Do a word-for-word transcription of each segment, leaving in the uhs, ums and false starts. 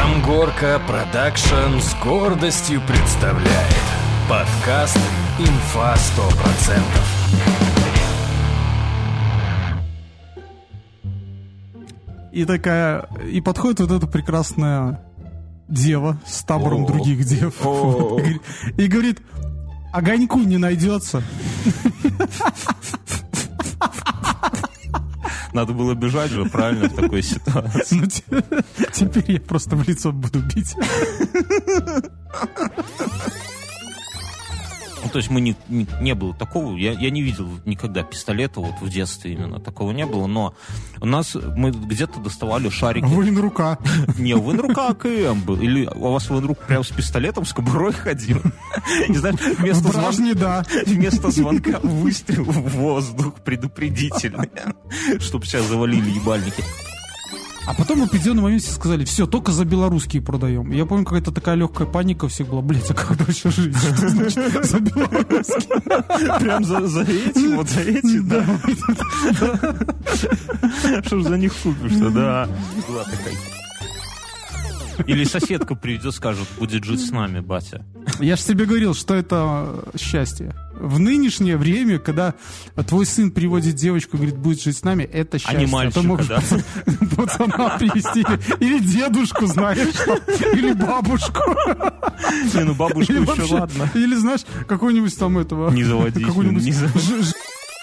Камгорка Продакшн с гордостью представляет подкаст «Инфа сто процентов». И такая, и подходит вот эта прекрасная дева с табором О-о-о. других дев и говорит: огоньку не найдется. Надо было бежать же, правильно, в такой ситуации. Ну, т- теперь я просто в лицо буду бить. Ну, то есть мы не, не, не было такого, я, я не видел никогда пистолета, вот в детстве именно такого не было, но у нас, мы где-то доставали шарики. Военрука. Не, военрука АКМ был, или у вас военрук прям с пистолетом, с кобурой ходил. Не знаю, вместо звонка, вместо звонка выстрел в воздух предупредительный, чтобы сейчас завалили ебальники. А потом в определенном моменте сказали: все, только за белорусские продаем. И я помню, какая-то такая легкая паника у всех была. Блять, а как дальше жить? Что значит за белорусские? Прям за, за эти, вот за эти, да. Что ж за них купишься, да. Была такая. Или соседка придет, скажет: будет жить с нами, батя. Я же тебе говорил, что это счастье. В нынешнее время, когда твой сын приводит девочку и говорит: будет жить с нами, это счастье. А не мальчика, а ты можешь да? пацана привезти. Или дедушку, знаешь, или бабушку. Не, ну бабушку или еще вообще, ладно. Или, знаешь, какой-нибудь там этого... Не заводить. Какой-нибудь... Не заводить.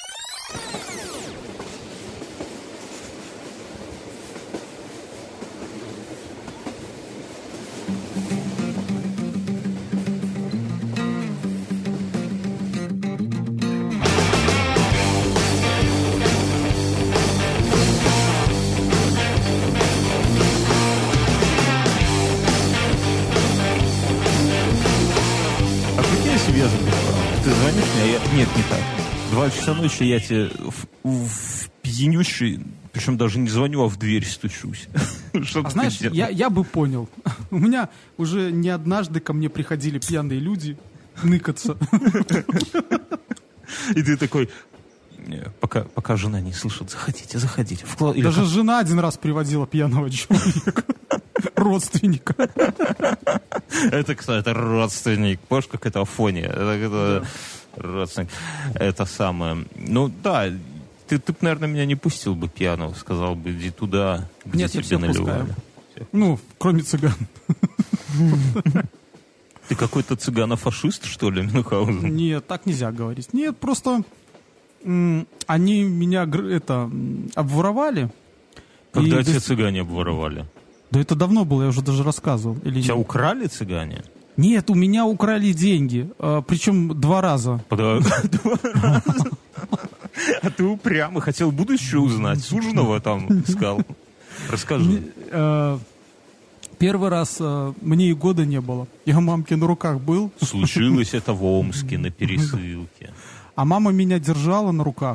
Ты звонишь мне, я... Нет, не так. Два часа ночи я тебе в, в пьянющий, причем даже не звоню, а в дверь стучусь. А знаешь, я, я бы понял. У меня уже не однажды ко мне приходили пьяные люди ныкаться. И ты такой: пока, пока жена не слышит, заходите, заходите. Вклад... Даже как... жена один раз приводила пьяного человека. Родственника. Это кто? Это родственник. Помнишь, как это Афония? Это, это да. Родственник. Это самое. Ну да, ты, ты бы, наверное, меня не пустил бы пьяного. Сказал бы: иди туда, где Нет, тебе наливали. Ну, кроме цыган. Ты какой-то цыгано-фашист, что ли, Мюнхгаузен? Нет, так нельзя говорить. Нет, просто м- они меня это обворовали. Когда и... тебя цыгане обворовали? Да это давно было, я уже даже рассказывал. Или Тебя нет? украли цыгане? Нет, у меня украли деньги. А, причем два раза. Два раза? А ты упрямый. Хотел будущее узнать. Суженого там искал. Расскажи. Первый раз мне и года не было. Я у мамки на руках был. Случилось это в Омске на пересылке. А мама меня держала на руках.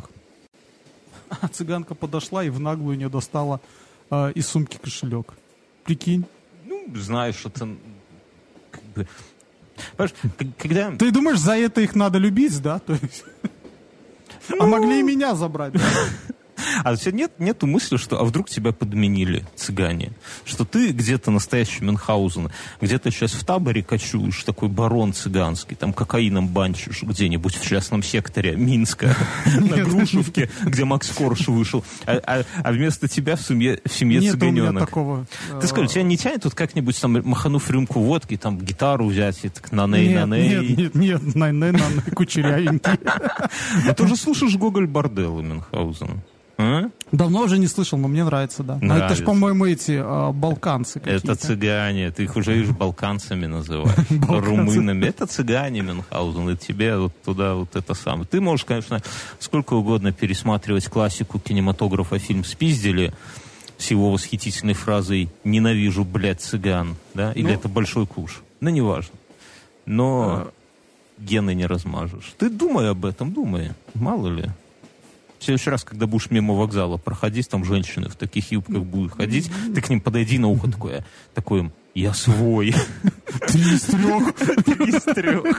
А цыганка подошла и в наглую не достала из сумки кошелек. Прикинь. Ну, знаешь, это... Как бы... Когда... Ты думаешь, за это их надо любить, да? То есть... ну... А могли и меня забрать, да? А у тебя нет, нету мысли, что а вдруг тебя подменили цыгане? Что ты где-то настоящий Мюнхгаузен, где-то сейчас в таборе кочуешь, такой барон цыганский, там кокаином банчишь где-нибудь в частном секторе Минска, на Грушевке, где Макс Корж вышел, а вместо тебя в семье цыганенок. Ты скажи, тебя не тянет тут как-нибудь, там, маханув рюмку водки, там, гитару взять, и так на-ней-на-ней? Нет, нет, нет, на-ней-на-ней, кучерявенький. Ты уже слушаешь Гоголь-Борделло, Мюнхгаузен? А? Давно уже не слышал, но мне нравится, да. Но это же, по-моему, эти а, балканцы какие-то. Это цыгане, ты их уже видишь балканцами называешь, румынами. Это цыгане, Мюнхгаузен, и тебе вот туда вот это самое. Ты можешь, конечно, сколько угодно пересматривать классику кинематографа, фильм «Спиздили» с его восхитительной фразой «ненавижу, блядь, цыган», да, или ну, это большой куш. Ну, неважно. Но а... гены не размажешь. Ты думай об этом, думай, мало ли. В следующий раз, когда будешь мимо вокзала проходить, там женщины в таких юбках будут ходить, ты к ним подойди на ухо такое, такой им: я свой. Три из трех. Три из трех.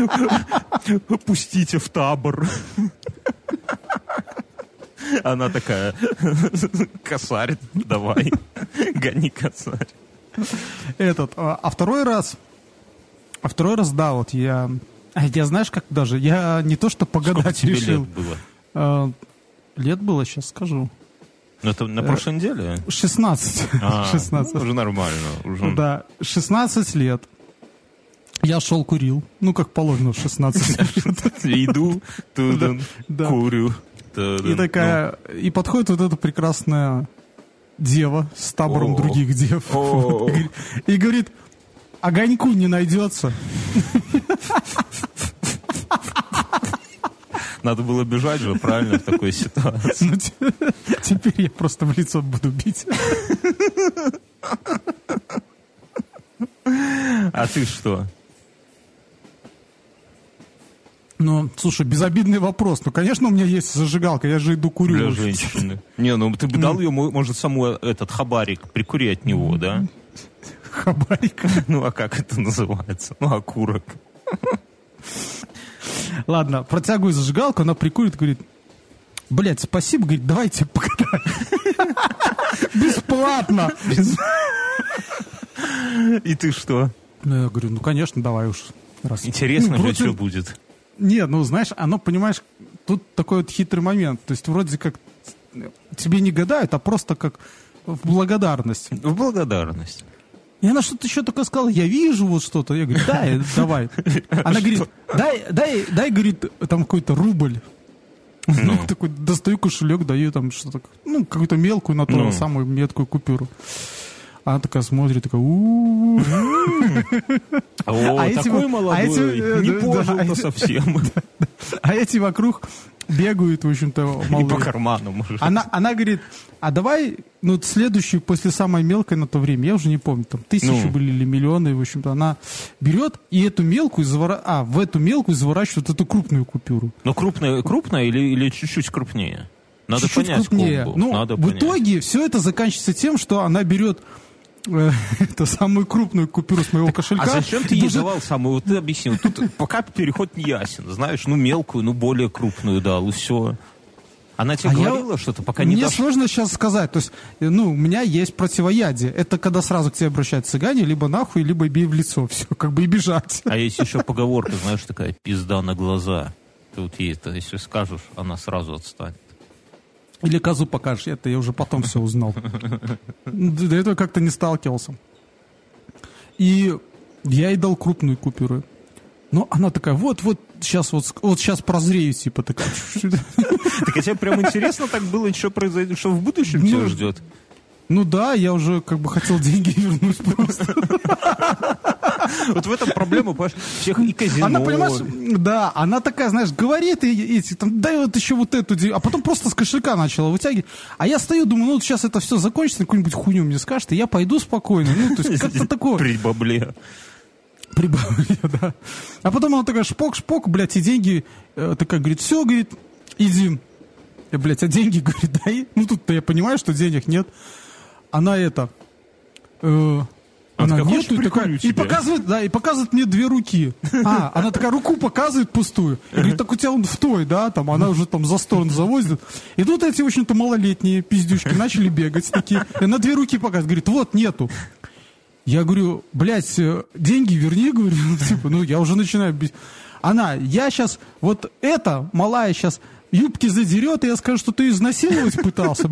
Пустите в табор. Она такая: косарь, давай, гони косарь. Этот, а, а второй раз, а второй раз, да, вот я, а я знаешь, как даже, я не то что погадать Сколько тебе решил. лет было? А, лет было, сейчас скажу. Ну, это на прошлой неделе? шестнадцать. А, шестнадцать. Ну, уже нормально. Уже... Да, шестнадцать лет. Я шел курил, ну, как положено, в шестнадцать лет. Иду, туда, Да. курю. И такая, и подходит вот эта прекрасная дева с табором О. других дев. О. Вот, и говорит, огоньку не найдется. Надо было бежать же, правильно, в такой ситуации. Ну, те- теперь я просто в лицо буду бить. А ты что? Ну, слушай, безобидный вопрос. Ну, конечно, у меня есть зажигалка, я же иду курю. Для женщины. Не, ну ты бы дал ее, может, саму этот хабарик, прикури от него, да? Хабарик. Ну, а как это называется? Ну, окурок. Ладно, протягиваю зажигалку, она прикурит, говорит, блядь, спасибо, говорит, давайте покатаем. Бесплатно. И ты что? Ну, я говорю, ну, конечно, давай уж. Раз. Интересно Ну, же, вроде- что будет. Нет, ну, знаешь, оно, понимаешь, тут такой вот хитрый момент. То есть вроде как тебе не гадают, а просто как в благодарность. В благодарность. И она что-то еще такое сказала, я вижу вот что-то. Я говорю, дай, давай. Она говорит, дай, дай, дай, говорит, там какой-то рубль. Ну, такой, достаю кошелек, даю там что-то, ну, какую-то мелкую, на Ну. самую меткую купюру. Она такая смотрит, такая, у О, А эти такой вот- молодой, а эти- не да, пожил-то а эти- совсем. А эти вокруг бегают, в общем-то, И малые. по карманам уже. Она, она говорит, а давай, ну, вот следующую, после самой мелкой на то время, я уже не помню, там тысячи Ну. были или миллионы, в общем-то, она берет и эту мелкую, завора... а, в эту мелкую заворачивает эту крупную купюру. Ну, крупная, крупная или, или чуть-чуть крупнее? Надо Чуть-чуть понять крупнее. комбо. Ну, Надо в понять. итоге все это заканчивается тем, что она берет э, эту самую крупную купюру с моего кошелька. А зачем ты и ей даже- давал самую? Вот ты объясни. Вот тут пока переход не ясен. Знаешь, ну мелкую, ну более крупную дал, и все. Она тебе А я- говорила что-то, пока не Мне дашь? сложно сейчас сказать. То есть, э, ну, у меня есть противоядие. Это когда сразу к тебе обращаются цыгане, либо нахуй, либо бей в лицо. Все, как бы и бежать. А есть еще поговорка, знаешь, такая, пизда на глаза. Ты вот ей это, если скажешь, она сразу отстанет. Или козу покажешь. Это я уже потом все узнал. До этого как-то не сталкивался. И я ей дал крупную купюру. Но она такая, вот, вот, сейчас вот, вот сейчас прозрею, типа, такая. Так а тебе прям интересно так было, что произойдет, что в будущем Ну, тебя ждет? Ну да, я уже как бы хотел деньги вернуть просто. Вот в этом проблема, понимаешь, всех и казино. Она, понимаешь, да, она такая, знаешь, говорит, и эти, там, дай вот еще вот эту, де-». а потом просто с кошелька начала вытягивать. А я стою, думаю, ну вот сейчас это все закончится, какую-нибудь хуйню мне скажет, и я пойду спокойно. Ну, то есть как-то такое. При бабле. Прибавлю, да. А потом она такая, шпок-шпок, блядь, и деньги, э, такая, говорит, все, говорит, иди. Я, блядь, а деньги, говорит, дай. Ну, тут-то я понимаю, что денег нет. Она это... э, она такая, нету, «Хочешь, и, такая, прикурю и тебя?» показывает, да, и показывает мне две руки. А, она такая руку показывает пустую. Я говорю, так у тебя он в той, да, там, она уже там за сторону завозит. И тут эти, в общем-то, малолетние пиздючки начали бегать такие. И на две руки показывает, говорит, вот, нету. Я говорю, блядь, э, деньги верни, говорю, ну, типа, ну, я уже начинаю бить. Она, я сейчас, вот эта малая сейчас юбки задерет, и я скажу, что ты изнасиловать пытался.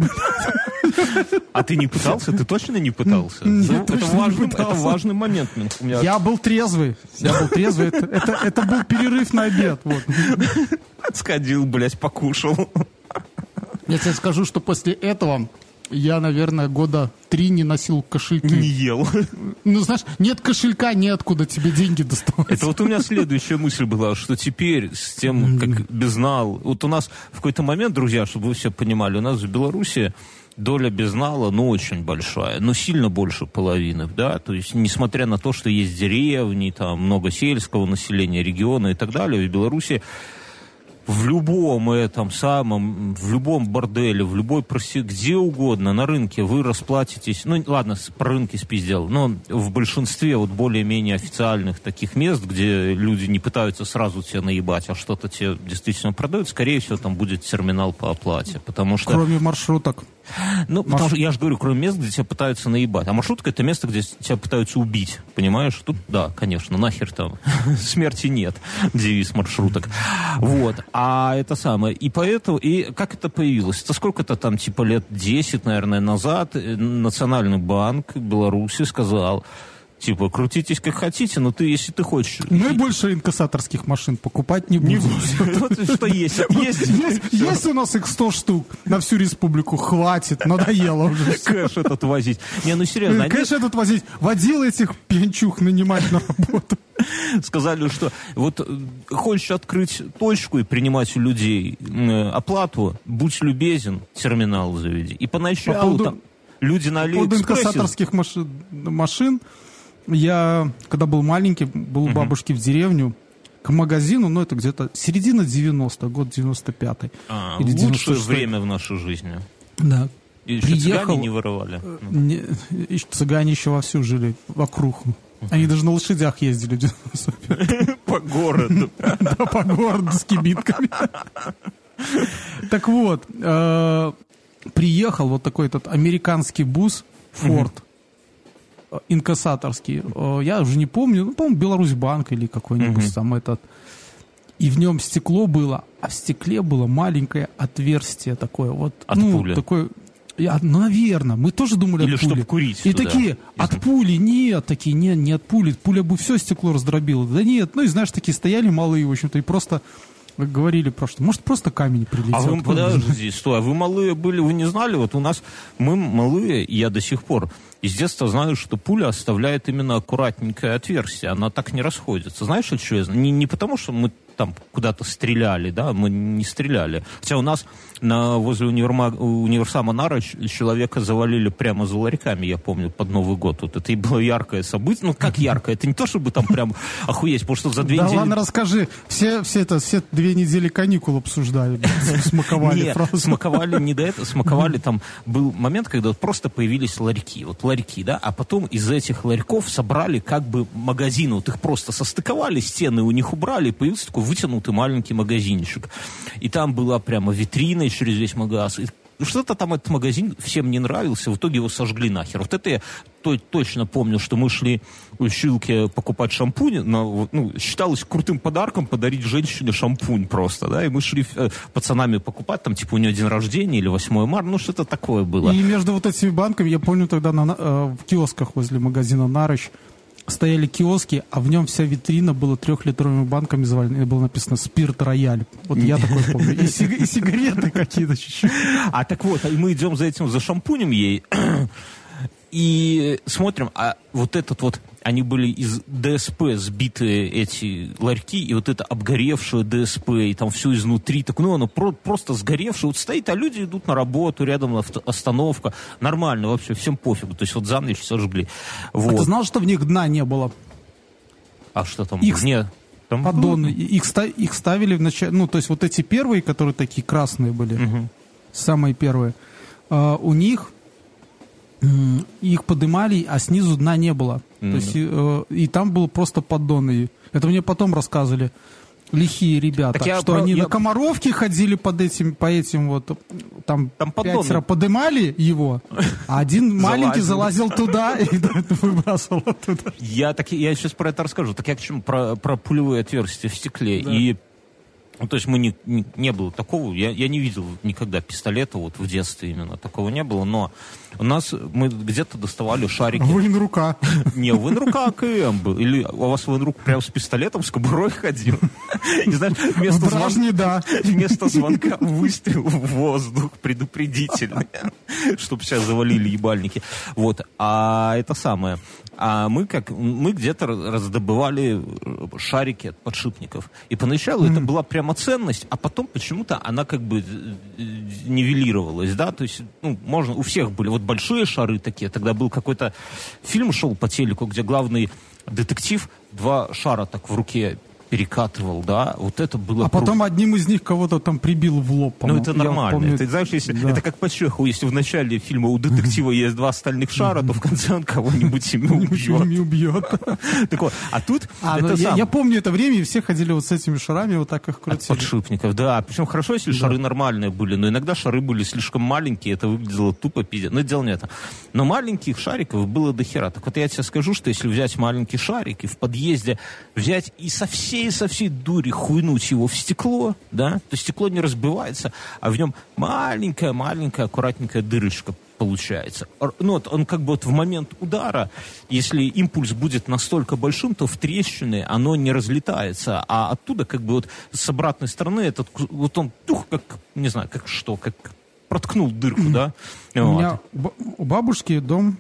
А ты не пытался? Ты точно не пытался? Нет, Ну, это, точно не важный, это пытался. важный момент. У меня Я был трезвый. Я был трезвый. Это, это, это был перерыв на обед. Вот. сходил, блядь, покушал. Я тебе скажу, что после этого я, наверное, года три не носил кошельки. Не ел. Ну, знаешь, нет кошелька, неоткуда тебе деньги доставать. Это вот у меня следующая мысль была, что теперь с тем, как безнал... Вот у нас в какой-то момент, друзья, чтобы вы все понимали, у нас в Беларуси доля безнала, ну, очень большая, но сильно больше половины, да, то есть, несмотря на то, что есть деревни, там, много сельского населения, региона и так далее, в Беларуси в любом этом самом, в любом борделе, в любой проси, где угодно, на рынке вы расплатитесь, ну, ладно, про рынки спиздел, но в большинстве вот более-менее официальных таких мест, где люди не пытаются сразу тебя наебать, а что-то тебе действительно продают, скорее всего, там будет терминал по оплате, потому что... Кроме маршруток. Ну, потому Марш... что, я же говорю, кроме мест, где тебя пытаются наебать. А маршрутка — это место, где тебя пытаются убить. Понимаешь? Тут, да, конечно, нахер там смерти нет. Девиз маршруток. Вот. А это самое. И поэтому... И как это появилось? Это сколько-то там, типа, лет десять, наверное, назад Национальный банк Беларуси сказал... Типа, крутитесь как хотите, но ты, если ты хочешь... Мы больше инкассаторских машин покупать не будем. Что есть? Есть у нас их сто штук на всю республику. Хватит, надоело уже. Кэш этот возить. Не, ну серьезно. Кэш этот возить. Водил этих пьянчух нанимать на работу. Сказали, что вот хочешь открыть точку и принимать у людей оплату, будь любезен, терминал заведи. И поначалу там люди на Алиэкспрессе... По поводу инкассаторских машин... Я, когда был маленький, был у бабушки uh-huh. в деревню, к магазину, ну, это где-то середина девяностых, год девяносто пятый. А, или лучшее время в нашей жизни. Да. И еще Приехал, цыгане не воровали? Не, цыгане еще вовсю жили вокруг. Uh-huh. Они даже на лошадях ездили в девяносто пятом. По городу. Да, по городу с кибитками. Так вот, приехал вот такой этот американский бус, Форд, инкассаторский. Я уже не помню, ну, по-моему, Беларусьбанк или какой-нибудь uh-huh. там этот. И в нем стекло было, а в стекле было маленькое отверстие такое. Вот, от ну, пули? Такое, я, ну, наверное. Мы тоже думали или от пули. Или чтобы курить И туда. такие, от пули, нет, такие, нет, не от пули. Пуля бы все стекло раздробила. Да нет, ну и знаешь, такие стояли малые, в общем-то, и просто... Вы говорили про что? Может, просто камень прилетел? А вы, подожди, стой, а вы малые были, вы не знали? Вот у нас, мы малые, и я до сих пор из детства знаю, что пуля оставляет именно аккуратненькое отверстие, она так не расходится. Знаешь, что я знаю? Не, не потому, что мы там куда-то стреляли, да, мы не стреляли. Хотя у нас на, возле универмаг, универсама Нара человека завалили прямо за ларьками, я помню, под Новый год. Вот это и было яркое событие. Ну, как яркое? Это не то, чтобы там прям охуеть, потому что за две недели... Да ладно, расскажи. Все, все, это, все две недели каникул обсуждали. Смаковали. Нет, смаковали не до этого. Смаковали, там был момент, когда просто появились ларьки. Вот ларьки, да, а потом из этих ларьков собрали как бы магазины. Вот их просто состыковали, стены у них убрали, и появился такой вытянутый маленький магазинчик. И там была прямо витрина через весь магаз. И что-то там этот магазин всем не нравился, в итоге его сожгли нахер. Вот это я то, точно помню, что мы шли у Щилки покупать шампунь. На, ну, считалось крутым подарком подарить женщине шампунь просто, да, и мы шли э, пацанами покупать, там, типа, у нее день рождения или восьмое марта, ну, что-то такое было. И между вот этими банками, я помню, тогда на, э, в киосках возле магазина «Нарыч» стояли киоски, а в нем вся витрина была трехлитровыми банками завалена, и было написано «Спирт Рояль». Вот я такой помню. И, сиг- и сигареты какие-то чуть-чуть. А так вот, мы идем за этим, за шампунем ей, и смотрим, а вот этот вот, они были из ДСП сбитые эти ларьки, и вот это обгоревшее ДСП, и там все изнутри, так, ну, оно про- просто сгоревшее, вот стоит, а люди идут на работу, рядом авто- остановка, нормально вообще, всем пофигу, то есть вот за ночь сожгли. Вот. А ты знал, что в них дна не было? А что там? Их... Нет. Там... Поддоны. Их, ста- их ставили в начале, ну, то есть вот эти первые, которые такие красные были, угу. самые первые, а, у них их подымали, а снизу дна не было. Mm-hmm. То есть, э, и там был просто поддон. И это мне потом рассказывали лихие ребята, что про... они я... на Комаровке ходили под этим, по этим вот, там, там пятеро подымали его, а один маленький залазил туда и выбрасывал оттуда. Я, так, я сейчас про это расскажу. Так я к чему? Про, про пулевые отверстия в стекле. Да. И ну, то есть мы не, не, не было такого, я, я не видел никогда пистолета, вот в детстве именно такого не было, но у нас, мы где-то доставали шарики. Военрука. Не, военрука АКМ был, или у вас военрук прям с пистолетом, с кобурой ходил. И знаешь, вместо, Дражни, звон... да. вместо звонка выстрел в воздух предупредительный, чтобы сейчас завалили ебальники. Вот, а это самое... А мы как мы где-то раздобывали шарики от подшипников. И поначалу mm-hmm. это была прямо ценность, а потом почему-то она как бы нивелировалась, да, то есть, ну, можно, у всех были вот большие шары такие. Тогда был какой-то фильм шел по телеку, где главный детектив два шара так в руке перекатывал, да, вот это было... А кру... потом одним из них кого-то там прибил в лоб, Ну, это нормально. Помню... Ты знаешь, если... да. Это как по Чехову, если в начале фильма у детектива есть два стальных шара, то в конце он кого-нибудь ими убьет. убьет. Так вот, а тут... А, ну, я, я помню это время, и все ходили вот с этими шарами, вот так их крутили. От подшипников, да. Причем хорошо, если да. шары нормальные были, но иногда шары были слишком маленькие, это выглядело тупо пиздец. Но дело не это. Но маленьких шариков было дохера. Так вот я тебе скажу, что если взять маленький шарик и в подъезде взять и со всей, со всей дури хуйнуть его в стекло, да, то стекло не разбивается, а в нем маленькая-маленькая аккуратненькая дырочка получается. Ну, вот он как бы вот в момент удара, если импульс будет настолько большим, то в трещины оно не разлетается, а оттуда как бы вот с обратной стороны этот, вот он тух, как, не знаю, как что, как проткнул дырку, да. У вот. меня у бабушки дом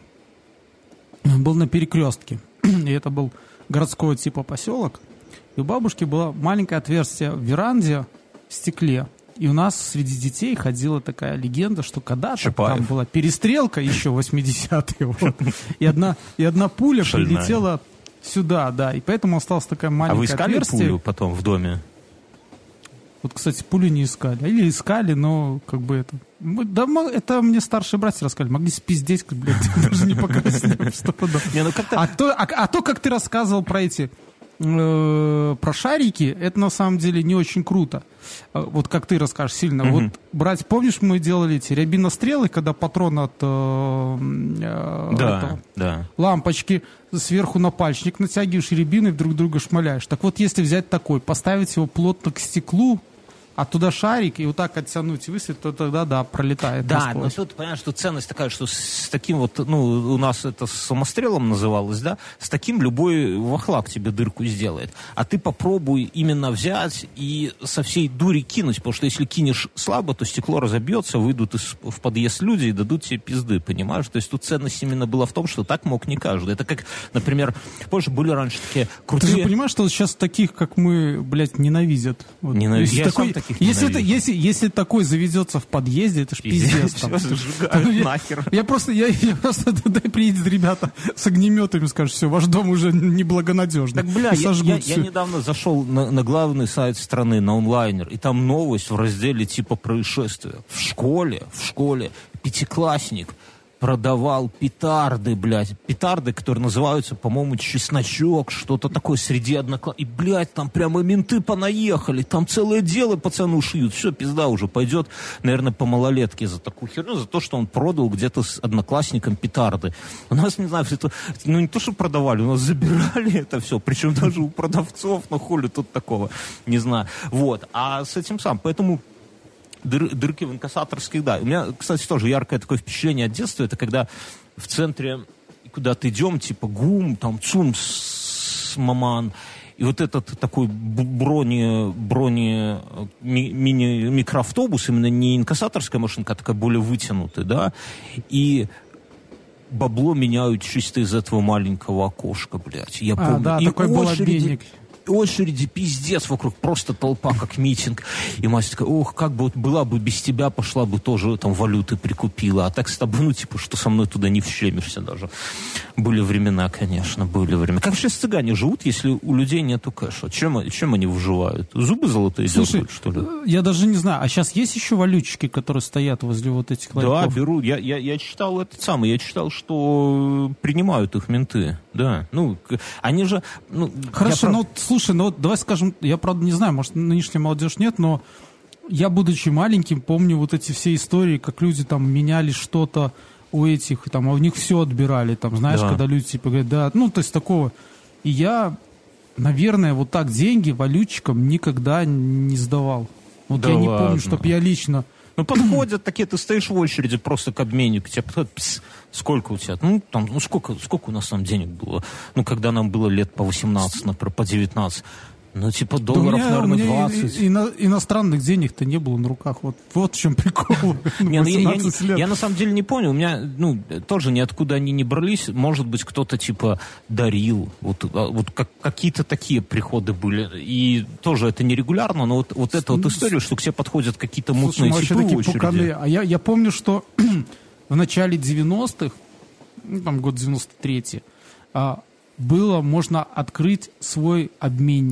был на перекрестке, и это был городской типа поселок, и у бабушки было маленькое отверстие в веранде в стекле. И у нас среди детей ходила такая легенда, что когда-то Чапаев. там была перестрелка еще восьмидесятые, вот, и, одна, и одна пуля Шальная. прилетела сюда, да, и поэтому осталось такая маленькая А вы искали отверстие. пулю потом в доме? Вот, кстати, пулю не искали. Или искали, но как бы это... Мы, да, мы, это мне старшие братья рассказали. Могли спиздеть, блядь, даже не показать. А то, а, а то, как ты рассказывал про эти... Э, про шарики, это на самом деле не очень круто. Э, вот как ты расскажешь сильно. Mm-hmm. Вот брать, помнишь, мы делали эти рябинострелы, когда патрон от э, э, да, этого, да. лампочки сверху на пальчик натягиваешь рябины и друг друга шмаляешь. Так вот, если взять такой, поставить его плотно к стеклу, а туда шарик и вот так оттянуть и высветить, то тогда, да, пролетает. Да, но тут, понимаешь, что ценность такая, что с таким вот, ну, у нас это самострелом называлось, да, с таким любой вахлак тебе дырку сделает. А ты попробуй именно взять и со всей дури кинуть, потому что если кинешь слабо, то стекло разобьется, выйдут из, в подъезд люди и дадут тебе пизды, понимаешь? То есть тут ценность именно была в том, что так мог не каждый. Это как, например, позже были раньше такие крутые... Ты же понимаешь, что сейчас таких, как мы, блядь, ненавидят? Вот. Ненавидят. Я такой... сам таких Если, это, если, если такой заведется в подъезде, это ж пиздец. Там. Я, нахер. Я просто, я, я просто, дай приедет ребята с огнеметами, скажут, все, ваш дом уже неблагонадежный. Так, бля, я, я, я недавно зашел на, на главный сайт страны, на онлайнер, и там новость в разделе типа происшествия. В школе, в школе пятиклассник продавал петарды, блядь. Петарды, которые называются, по-моему, чесночок, что-то такое среди одноклассников. И, блядь, там прямо менты понаехали. Там целое дело пацану шьют. Все, пизда уже пойдет, наверное, по малолетке за такую херню, за то, что он продал где-то с одноклассником петарды. У нас, не знаю, это, ну, не то, что продавали, у нас забирали это все. Причем даже у продавцов, ну, хули тут такого, не знаю. Вот. А с этим сам, поэтому... Дыр, дырки в инкассаторских, да. У меня, кстати, тоже яркое такое впечатление от детства, это когда в центре куда-то идем, типа ГУМ, там ЦУМ, МАМАН, и вот этот такой брони, брони ми, мини-микроавтобус, именно не инкассаторская машинка, а такая более вытянутая, да, и бабло меняют чисто из этого маленького окошка, блядь. Я помню. А, да, и такой был очереди... обменник. очереди, пиздец, вокруг просто толпа, как митинг. И мать такая, ох, как бы вот была бы без тебя, пошла бы тоже там валюты прикупила. А так с тобой, ну, типа, что со мной туда не вщемишься даже. Были времена, конечно, были времена. Как сейчас цыгане живут, если у людей нету кэша? Чем, чем они выживают? Зубы золотые дергают, что ли? Я даже не знаю. А сейчас есть еще валютчики, которые стоят возле вот этих ларьков? Да, беру. Я, я, я читал этот самый, я читал, что принимают их менты. Да. Ну, они же... Ну, Хорошо, я, но прав... слушай, ну вот давай скажем, я правда не знаю, может нынешняя молодежь нет, но я, будучи маленьким, помню вот эти все истории, как люди там меняли что-то у этих, там, а у них все отбирали, там, знаешь, да. Когда люди типа говорят, да, ну, то есть такого. И я, наверное, вот так деньги валютчикам никогда не сдавал. Вот да я ладно. Не помню, чтобы я лично... Ну, подходят такие, ты стоишь в очереди просто к обменнику, тебе подходят, пс, сколько у тебя? Ну, там, ну, сколько, сколько у нас там денег было? Ну, когда нам было лет по восемнадцать, например, по девятнадцать. Ну, типа, долларов, да у меня, наверное, двадцать. И, и, и, иностранных денег-то не было на руках. Вот, вот в чем прикол. Не, ну, я, я, я на самом деле не понял. У меня, ну, тоже ниоткуда они не брались. Может быть, кто-то, типа, дарил. Вот, вот как, какие-то такие приходы были. И тоже это нерегулярно, но вот, вот эта вот история, что к тебе подходят какие-то мутные типы в очереди. А я, я помню, что в начале девяностых, ну, там, год девяносто третий, а, было можно открыть свой обменник.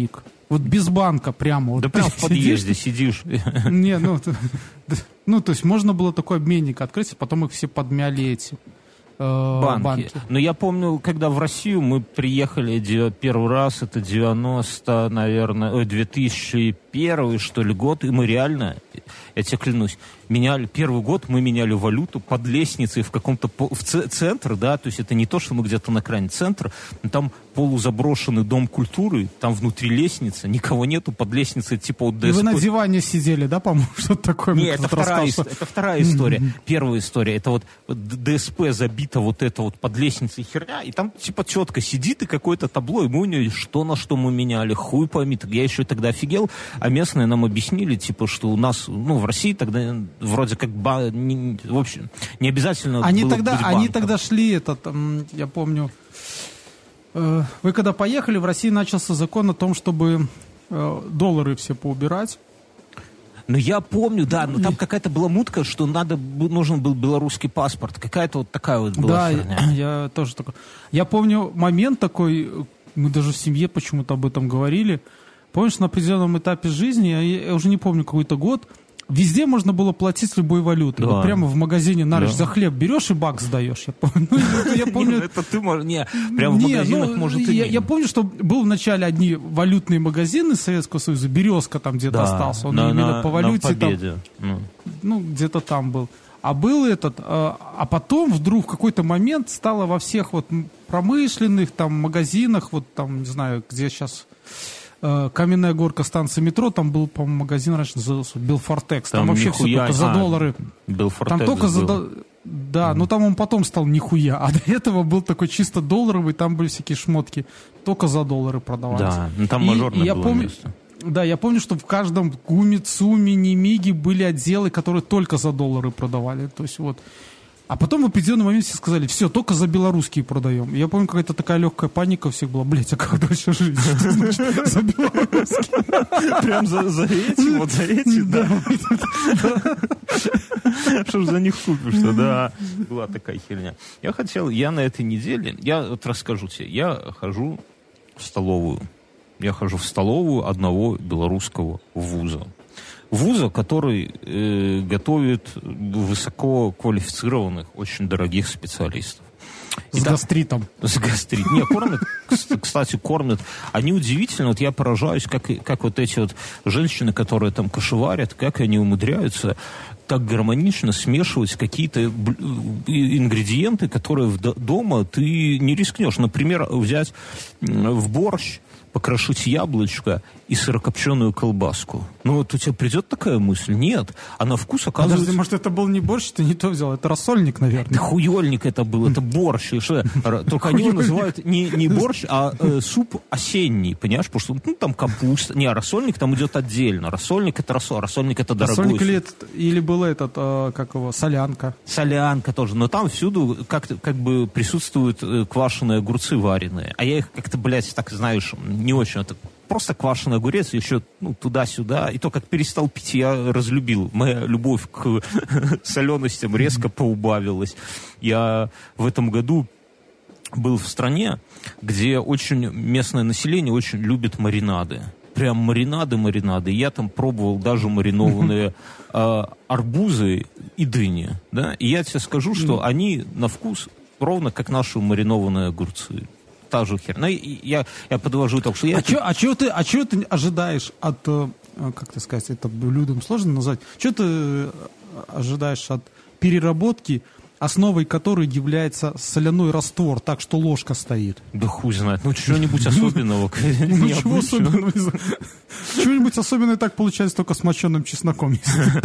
Вот без банка прямо. Да вот прям в подъезде сидишь. Не, ну, ну, то есть можно было такой обменник открыть, а потом их все подмяли эти э, банки. банки. Но я помню, когда в Россию мы приехали первый раз, это девяносто, наверное, две тысячи первый, что ли, год, и мы реально, я тебе клянусь, меняли, первый год мы меняли валюту под лестницей в каком-то, в центр, да, то есть это не то, что мы где-то на крайне, центр, но там полузаброшенный дом культуры, там внутри лестница, никого нету, под лестницей типа вот ДСП. И вы на диване сидели, да, по-моему, что-то такое? Нет, это вторая, что... это вторая история. Первая история, это вот ДСП забита вот это вот под лестницей херня, и там типа четко сидит и какое-то табло, и мы у нее что на что мы меняли, хуй пойми, я еще тогда офигел, а местные нам объяснили, типа, что у нас, ну, в России тогда вроде как, ба, не, в общем, не обязательно они было тогда, быть Они банком. тогда шли, этот, я помню, э, вы когда поехали, в России начался закон о том, чтобы э, доллары все поубирать. Ну, я помню, да, но там какая-то была мутка, что надо, нужен был белорусский паспорт. Какая-то вот такая вот была да, херня. Я, я тоже такой. Я помню момент такой, мы даже в семье почему-то об этом говорили. Помнишь, на определенном этапе жизни, я, я уже не помню какой-то год, везде можно было платить любой валютой. Да. Вот прямо в магазине на ночь да. за хлеб берешь и бак сдаешь. Я помню. Ну, я помню... Это ты можешь... Не, прямо в магазинах ну, может и я, я помню, что был вначале одни валютные магазины Советского Союза. Березка там где-то да, остался. Он на, именно на, по валюте там... Ну. ну, где-то там был. А был этот... А, а потом вдруг в какой-то момент стало во всех вот промышленных там магазинах, вот там, не знаю, где сейчас... Каменная горка, станция метро, там был, по-моему, магазин раньше назывался Белфортекс. Там, там вообще все только за а, доллары. Белфортекс там только за был. Да, mm. но там он потом стал нихуя. А до этого был такой чисто долларовый, там были всякие шмотки. Только за доллары продавались. Да, ну там мажорное было помню, место. Да, я помню, что в каждом ГУМе, ЦУМе, Немиге были отделы, которые только за доллары продавали. То есть вот... А потом в определенный момент все сказали, все, только за белорусские продаем. Я помню, какая-то такая легкая паника у всех была. Блять, а как дальше жить? Что значит за белорусские? Прям за эти, вот за эти, да. Что ж за них купишь-то, да. Была такая херня. Я хотел, я на этой неделе, я вот расскажу тебе, я хожу в столовую. Я хожу в столовую одного белорусского вуза. Вуза, который э, готовит высококвалифицированных, очень дорогих специалистов. С Итак, гастритом. С гастритом. Не, кормят, кстати, кормят. Они удивительно, вот я поражаюсь, как, как вот эти вот женщины, которые там кашеварят, как они умудряются так гармонично смешивать какие-то ингредиенты, которые в дома ты не рискнешь. Например, взять в борщ, покрошить яблочко и сырокопченую колбаску. Ну вот у тебя придет такая мысль? Нет. А на вкус оказывается... Подожди, может, это был не борщ, ты не то взял, это рассольник, наверное. Да хуёльник это был, это борщ. Только они его называют не, не борщ, а э, суп осенний, понимаешь? Потому что ну, там капуста. Не, а рассольник там идет отдельно. Рассольник это рассол, рассольник это дорогой. Рассольник или, этот, или был этот, э, как его, солянка. Солянка тоже. Но там всюду как, как бы присутствуют э, квашеные огурцы вареные. А я их как-то, блядь, так знаешь, не очень. Это просто квашеный огурец, еще ну, туда-сюда. И то, как перестал пить, я разлюбил. Моя любовь к соленостям резко поубавилась. Я в этом году был в стране, где очень местное население очень любит маринады. Прям маринады, маринады. Я там пробовал даже маринованные э, арбузы и дыни. Да? И я тебе скажу, что они на вкус ровно как наши маринованные огурцы. Та же херня. Я, я подвожу так, что я... А это... что а чё ты, а чё ты ожидаешь от, как ты сказать, это блюдом сложно назвать, что ты ожидаешь от переработки, основой которой является соляной раствор, так что ложка стоит? Да хуй знает, ну что-нибудь особенного. Ну чего особенного? Чего-нибудь особенное так получается только с моченым чесноком.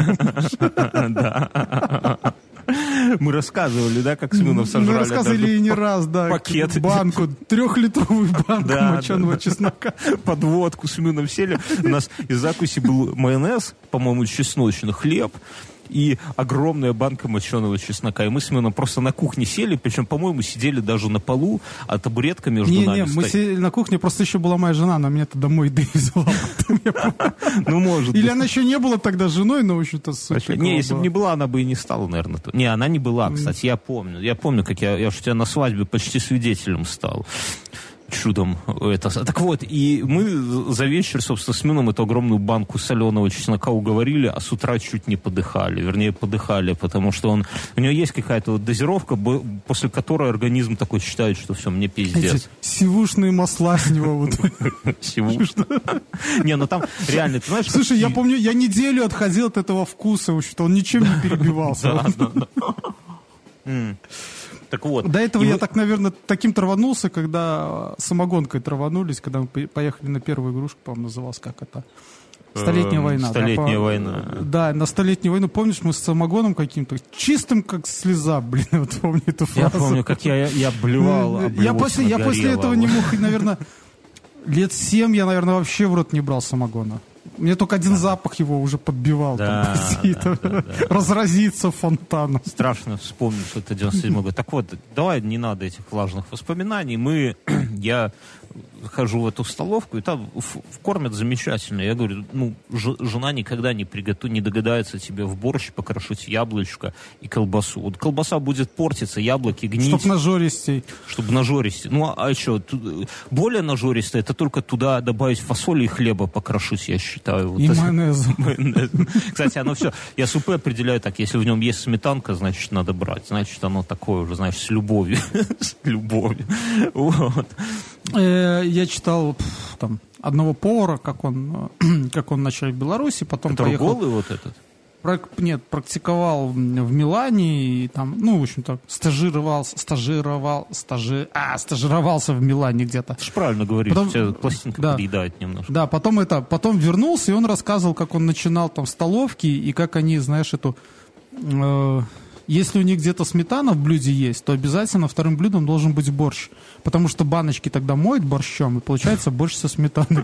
Да. Мы рассказывали, да, как Семенов сожрали. Мы рассказывали и не раз, да. Пакет. Банку, трехлитровую банку да, моченого да, чеснока. Под водку с Семеном сели. У нас из закуси был майонез, по-моему, чесночный, хлеб и огромная банка моченого чеснока. И мы с Семеном просто на кухне сели, причем, по-моему, сидели даже на полу, а табуретка между не, нами Не, мы сидели на кухне, просто еще была моя жена, она меня-то домой довезла. Ну, может Или она еще не была тогда женой, но, в общем-то, не, если бы не была, она бы и не стала, наверное. Не, она не была, кстати, я помню. Я помню, как я, я у тебя на свадьбе почти свидетелем стал. чудом это. Так вот, и мы за вечер, собственно, с Мином эту огромную банку соленого чеснока уговорили, а с утра чуть не подыхали. Вернее, подыхали, потому что он, у него есть какая-то вот дозировка, после которой организм такой считает, что все, мне пиздец. Эти сивушные масла с него. Сивушные. Не, ну там реально, ты знаешь... Слушай, я помню, я неделю отходил от этого вкуса, что он ничем не перебивался. Да, да, да. Так вот. До этого и я вы... так, наверное, таким траванулся, когда самогонкой траванулись, когда мы поехали на первую игрушку, по-моему, называлась, как это? Столетняя война. Столетняя да, война. Да, на Столетнюю войну, помнишь, мы с самогоном каким-то, чистым, как слеза, блин, вот помню эту фразу. Я помню, как я, я блевал, я после, я после этого не мог, наверное, лет семь я, наверное, вообще в рот не брал самогона. Мне только один да. запах его уже подбивал. Да, там, да, да, да. Разразиться фонтаном. Страшно вспомнить, что это девяносто седьмой год. Так вот, давай, не надо этих влажных воспоминаний. Мы, я хожу в эту столовку, и там кормят замечательно. Я говорю, ну, ж, жена никогда не приготовит, не догадается тебе в борщ покрошить яблочко и колбасу. Вот колбаса будет портиться, яблоки гнить. Чтоб нажористей. Чтобы нажористей. Ну, а, а что, более нажористое, это только туда добавить фасоли и хлеба покрошить, я считаю. Вот и это, майонезу. Кстати, оно все, я СУП определяю так, если в нем есть сметанка, значит, надо брать. Значит, оно такое уже, знаешь, с любовью. С любовью. Вот. Я читал там одного повара, как он, как он начал в Беларуси, потом Который поехал... голый вот этот? Прак, нет, практиковал в Милане, и там, ну, в общем-то, стажировался, стажировал, стажи, а, стажировался в Милане где-то. Ты же правильно говоришь, потом, у тебя пластинка да, подъедает немножко. Да, потом это, потом вернулся, и он рассказывал, как он начинал там столовки, и как они, знаешь, эту... Э, если у них где-то сметана в блюде есть, то обязательно вторым блюдом должен быть борщ. Потому что баночки тогда моют борщом, и получается борщ со сметаной.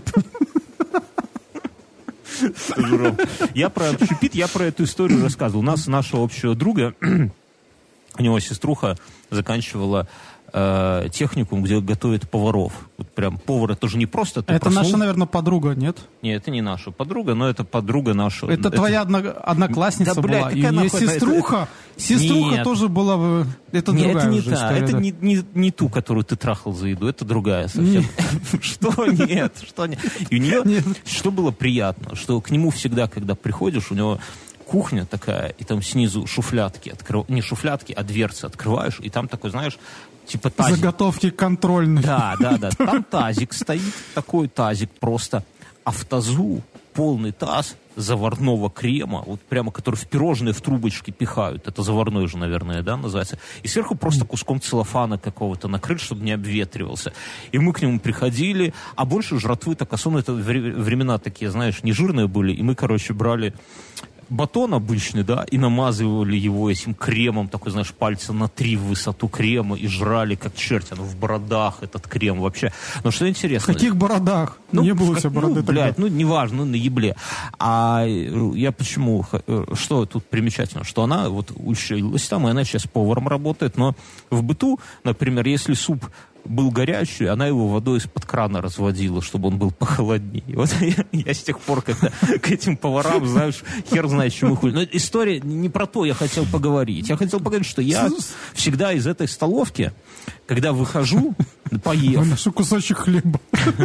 Я про общепит, я про эту историю рассказывал. У нас нашего общего друга, у него сеструха заканчивала э, техникум, где готовят поваров. Вот прям повар, это же не просто... Это проснул... наша, наверное, подруга, нет? Нет, это не наша подруга, но это подруга наша. Это, это... твоя одно... одноклассница да, блядь, была. И ее сеструха, это... сеструха нет. тоже была... Это нет, другая это не уже та. история, это да. не, не, не ту, которую ты трахал за еду, это другая совсем. Что нет? Что нет? И у нее, что было приятно, что к нему всегда, когда приходишь, у него... кухня такая, и там снизу шуфлятки, открыв... не шуфлятки, а дверцы открываешь, и там такой, знаешь, типа тазик. Заготовки контрольные. Да, да, да. Там тазик стоит, такой тазик просто. А в тазу полный таз заварного крема, вот прямо, который в пирожные в трубочке пихают. Это заварной же, наверное, да, называется. И сверху просто куском целлофана какого-то накрыть, чтобы не обветривался. И мы к нему приходили, а больше жратвы, так особенно это времена такие, знаешь, не жирные были, и мы, короче, брали батон обычный, да, и намазывали его этим кремом, такой, знаешь, пальца на три в высоту крема, и жрали как черти, ну, в бородах этот крем вообще. Но что интересно... В каких бородах? Ну, не было у как, тебя бороды ну, тогда. блядь, ну, неважно, ну, на ебле. А я почему... Что тут примечательно? Что она вот училась там, и она сейчас поваром работает, но в быту, например, если суп был горячий, она его водой из-под крана разводила, чтобы он был похолоднее. Вот я, я с тех пор, когда к этим поварам, знаешь, хер знает, чему хуй. Но история не про то я хотел поговорить. Я хотел поговорить, что я всегда из этой столовки, когда выхожу, поев... Выношу кусочек хлеба.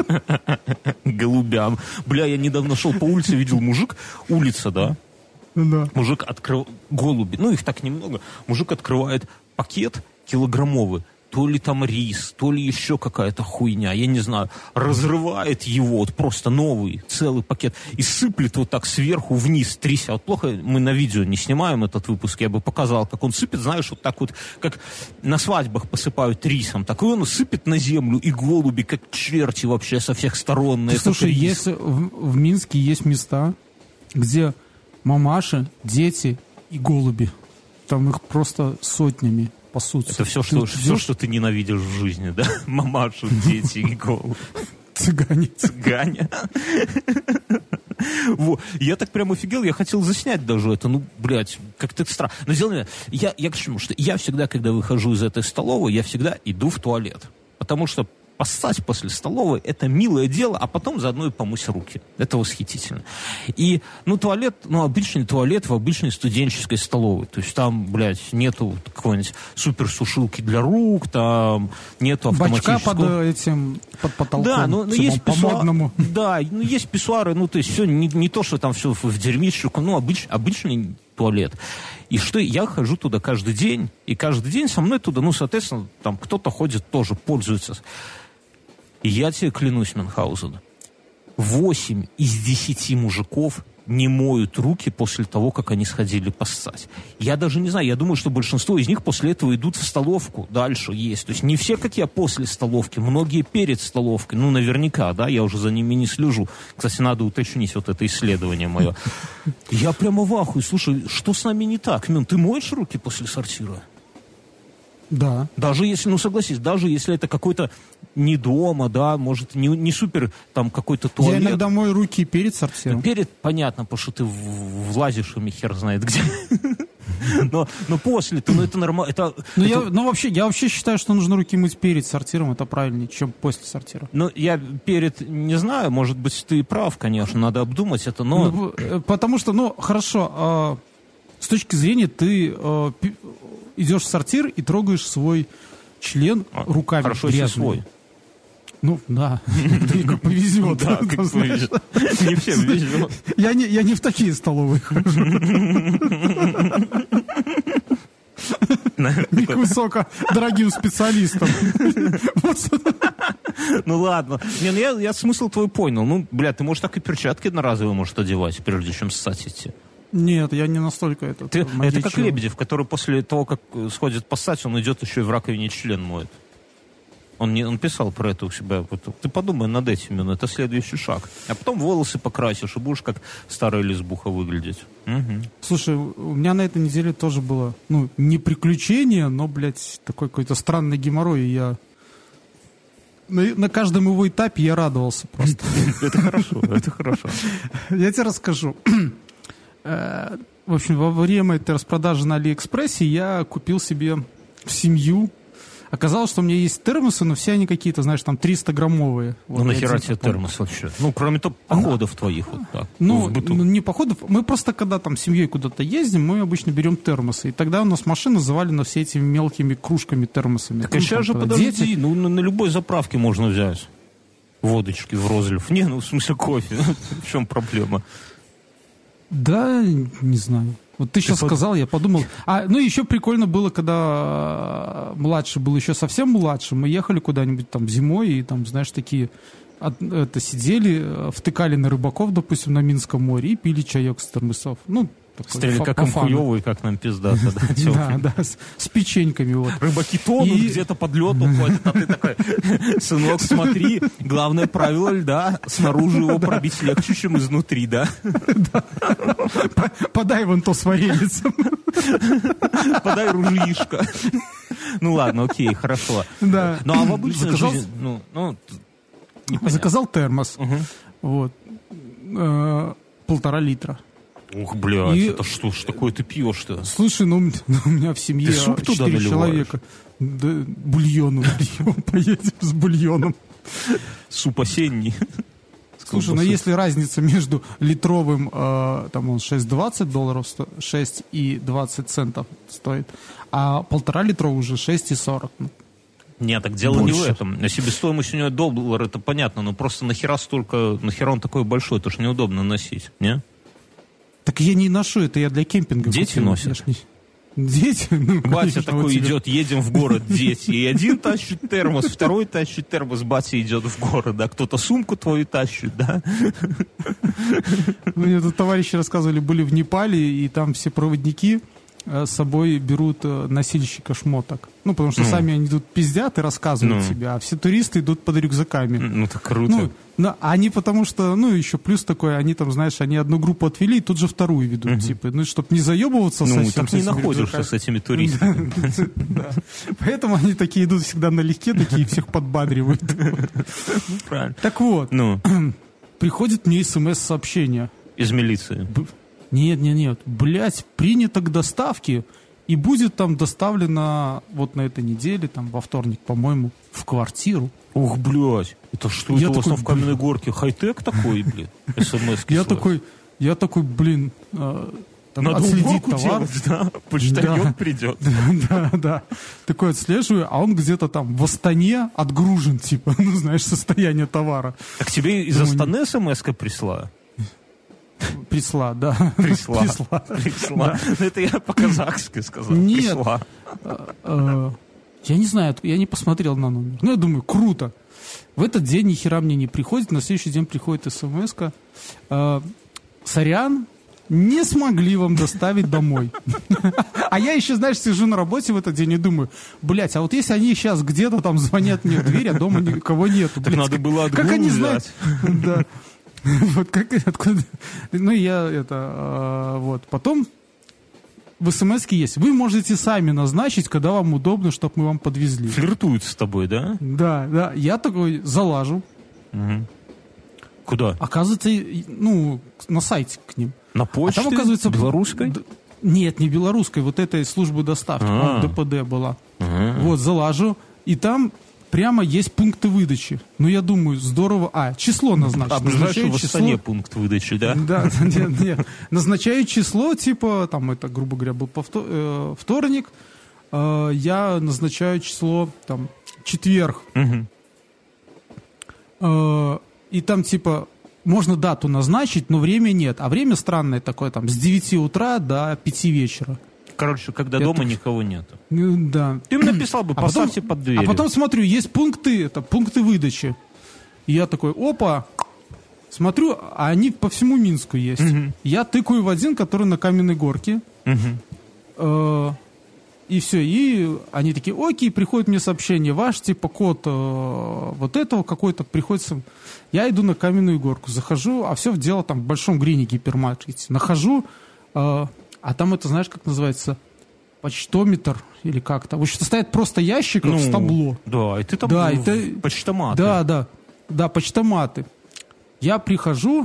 Голубям. Бля, я недавно шел по улице, видел мужик, улица, да? Да. Мужик открыл... Голуби, ну их так немного. Мужик открывает пакет килограммовый, то ли там рис, то ли еще какая-то хуйня, я не знаю, разрывает его, вот просто новый, целый пакет, и сыплет вот так сверху вниз, тряся. Вот плохо мы на видео не снимаем этот выпуск, я бы показал, как он сыпет, знаешь, вот так вот, как на свадьбах посыпают рисом, так и он сыпет на землю, и голуби, как черти вообще со всех сторон. Ты, слушай, есть, в, в Минске есть места, где мамаши, дети и голуби, там их просто сотнями. По сути. Это все, что, все, что ты ненавидишь в жизни, да? Мамашу, дети и голубь. Цыгане. Цыгане. Вот. Я так прям офигел, я хотел заснять даже это, ну, блядь, как-то странно. Но сделано, я, я к чему, что я всегда, когда выхожу из этой столовой, я всегда иду в туалет. Потому что поссать после столовой, это милое дело, а потом заодно и помыть руки. Это восхитительно. И, ну, туалет, ну, обычный туалет в обычной студенческой столовой. То есть там, блядь, нету какой-нибудь суперсушилки для рук, там нету автоматического... Бачка под этим, под потолком. Да, ну, ну есть по-модному. писсуар, да, ну, есть писсуары, ну, то есть все, не, не то, что там все в, в дерьмищику, ну, обыч, обычный туалет. И что я хожу туда каждый день, и каждый день со мной туда, ну, соответственно, там кто-то ходит тоже, пользуется. И я тебе клянусь, Мюнхгаузен, восемь из десяти мужиков не моют руки после того, как они сходили поссать. Я даже не знаю, я думаю, что большинство из них после этого идут в столовку дальше есть. То есть не все, как я, после столовки, многие перед столовкой. Ну, наверняка, да, я уже за ними не слежу. Кстати, надо уточнить вот это исследование мое. Я прямо в ахуе. Слушай, что с нами не так? Мюн, ты моешь руки после сортира? Да. Даже если, ну согласись, даже если это какой-то не дома, да, может, не, не супер там какой-то туалет. Я иногда мою руки перед сортиром. Ну, перед, понятно, потому что ты в- влазишь, и хер знает где. Но, но после, ну это нормально. Это, Ну, это- я, ну, вообще, я вообще считаю, что нужно руки мыть перед сортиром, это правильнее, чем после сортира. ну, я перед, не знаю, может быть, ты и прав, конечно, надо обдумать это, но... Ну, э, потому что, ну, хорошо, а, с точки зрения ты а, пи- идешь в сортир и трогаешь свой член руками Хорошо, если грязными. свой. Ну, да. Ты как повезет. Да, там, как знаешь. повезет. Не всем везет. Я не, я не в такие столовые хожу. Не к высоко дорогим специалистам. Вот что- Ну ладно. Не, ну я, я смысл твой понял. Ну, бля, ты можешь так и перчатки одноразовые можешь одевать, прежде чем ссать идти. Нет, я не настолько это. Ты- это как Лебедев, который после того, как э, сходит поссать, он идет еще и в раковине член моет. Он, не, он писал про это у себя. Вот, ты подумай над этим, ну, это следующий шаг. А потом волосы покрасишь, и будешь как старая лесбуха выглядеть. Угу. Слушай, у меня на этой неделе тоже было, ну, не приключение, но, блядь, такой какой-то странный геморрой, и я... На, на каждом его этапе я радовался просто. Это хорошо, это хорошо. Я тебе расскажу. Э, В общем, во время этой распродажи на Алиэкспрессе я купил себе в семью. Оказалось, что у меня есть термосы, но все они какие-то, знаешь, там триста-граммовые. Ну Вот, нахера я тебе помню. термос вообще? Ну, кроме того, походов твоих вот так. Ну, в быту. ну, не походов. Мы просто, когда там с семьей куда-то ездим, мы обычно берем термосы. И тогда у нас машина завалена все этими мелкими кружками, термосами. Так Ну, а сейчас там, же, когда подожди, дети- ну на, на любой заправке можно взять водочки в розлив. Не, ну в смысле кофе. В чем проблема? Да, не знаю. Вот ты сейчас под- сказал, я подумал. А, ну, еще прикольно было, когда младший был еще совсем младшим. Мы ехали куда-нибудь там зимой, и там, знаешь, такие от- это сидели, э, втыкали на рыбаков, допустим, на Минском море, и пили чаек с термосов. Ну, такой Стреляли фа- как по им фану. хуёво и как нам пиздато. Да, Да, тёплый. да, с, с печеньками вот. Рыбаки тонут, И- где-то под лед уходят, а ты такой, сынок, смотри, главное правило льда, снаружи его пробить легче, чем изнутри, да? Подай вон то с вареньем. Подай ружьишко. Ну ладно, окей, хорошо. Да. Ну а в обычной Заказал- жизни, ну, ну, непонятно. Заказал термос. Мгм. Вот. Э, Полтора литра. Ух, блядь, И- это что ж такое ты пьешь-то? Слушай, ну, м- ну, у меня в семье Ты суп туда четыре наливаешь? человека. Да, бульону нальем, поедем с бульоном. Суп осенний. Слушай, ну если разница между литровым, э, там он шесть двадцать долларов, сто- шесть и двадцать центов стоит, а полтора литровый уже шесть и сорок. Ну, Нет, так дело не в Больше. этом. Себестоимость у него доллар, это понятно, но просто нахера столько, нахера он такой большой, это ж неудобно носить, не? Так я не ношу это, я для кемпинга Дети купил. носят? Я ж не- Дети? Ну, Батя конечно, такой вот тебе. идет, едем в город, дети. И один тащит термос, второй тащит термос, батя идет в город, да. Кто-то сумку твою тащит, да. Мне тут товарищи рассказывали, были в Непале, и там все проводники э, с собой берут э, носильщика шмоток. Ну, потому что Ну. сами они тут пиздят и рассказывают Ну. себе, а все туристы идут под рюкзаками. Ну, так круто. Ну, но они потому что, ну, еще плюс такой, они там, знаешь, они одну группу отвели и тут же вторую ведут, типа, ну, чтобы не заебываться Ну, совсем так с не этими находишься рюкзаками. с этими туристами. Да. Поэтому они такие идут всегда налегке, такие всех подбадривают. Правильно. Так вот, Ну, приходит мне смс-сообщение. из милиции. Нет, нет, нет, блять, принято к доставке и будет там доставлено вот на этой неделе, там во вторник, по-моему, в квартиру. Ух, блядь, это что, Я это у вас такой, там в Каменной Горке хай-тек такой, блин, смс-ки Я слать? такой, я такой, блин, э, там Надо отследить уборку товар. делать, да? Почтальон Да. придет. Да, да. Такой отслеживаю, а он где-то там в Астане отгружен, типа, ну, знаешь, состояние товара. Так тебе из Думаю, Астаны смс-ка присла? Присла, да. Присла. Присла. Присла. Ну, это я по-казахски сказал. Нет. Присла. Э, Я не знаю, я не посмотрел на номер. Ну, я думаю, круто. В этот день ни хера мне не приходит, на следующий день приходит смс-ка. Э, Сорян, не смогли вам доставить домой. А я еще, знаешь, сижу на работе в этот день и думаю, блядь, а вот если они сейчас где-то там звонят мне в дверь, а дома никого нету. Так надо было Как они знают? отгружать. Да. Вот как откуда. Ну, я это, вот. Потом в смс-ке есть. Вы можете сами назначить, когда вам удобно, чтобы мы вам подвезли. Флиртуют с тобой, да? Да, да. Я такой залажу. Мгм. Куда? Оказывается, и- ну, на сайте к ним. На А почте? там, оказывается, белорусской? д- Нет, не белорусской, вот этой службы доставки, А. по-моему, ДПД была. Ага. Вот, залажу, и там прямо есть пункты выдачи. Ну, я думаю, здорово. А, число назначено. А ближайший Назначаю в Астане пункт выдачи, да? Да, нет, нет. Назначаю число, типа, там, это, грубо говоря, был повто- э, вторник. Э, я назначаю число, там, четверг. Мгм. Э, и там, типа, можно дату назначить, но время нет. А время странное такое, там, с девяти утра до пяти вечера. Короче, когда Я дома так- никого нету. Ну, да. Ты мне написал бы, А потом- поставьте под дверью. А потом смотрю, есть пункты, это пункты выдачи. И я такой, опа, смотрю, а они по всему Минску есть. Я тыкаю в один, который на Каменной Горке. Мгм. Э, И все, и они такие, окей, приходит мне сообщение, ваш типа код э, вот этого какой-то приходится. Я иду на Каменную Горку, захожу, а все в дело там в Большом Грине гипермаркете. Нахожу, э, а там это, знаешь, как называется, почтометр или как-то. В общем, стоит просто ящик Ну, с табло. Да, и ты там Да, ну, и ты- почтомат. Да, да, да, почтоматы. Я прихожу,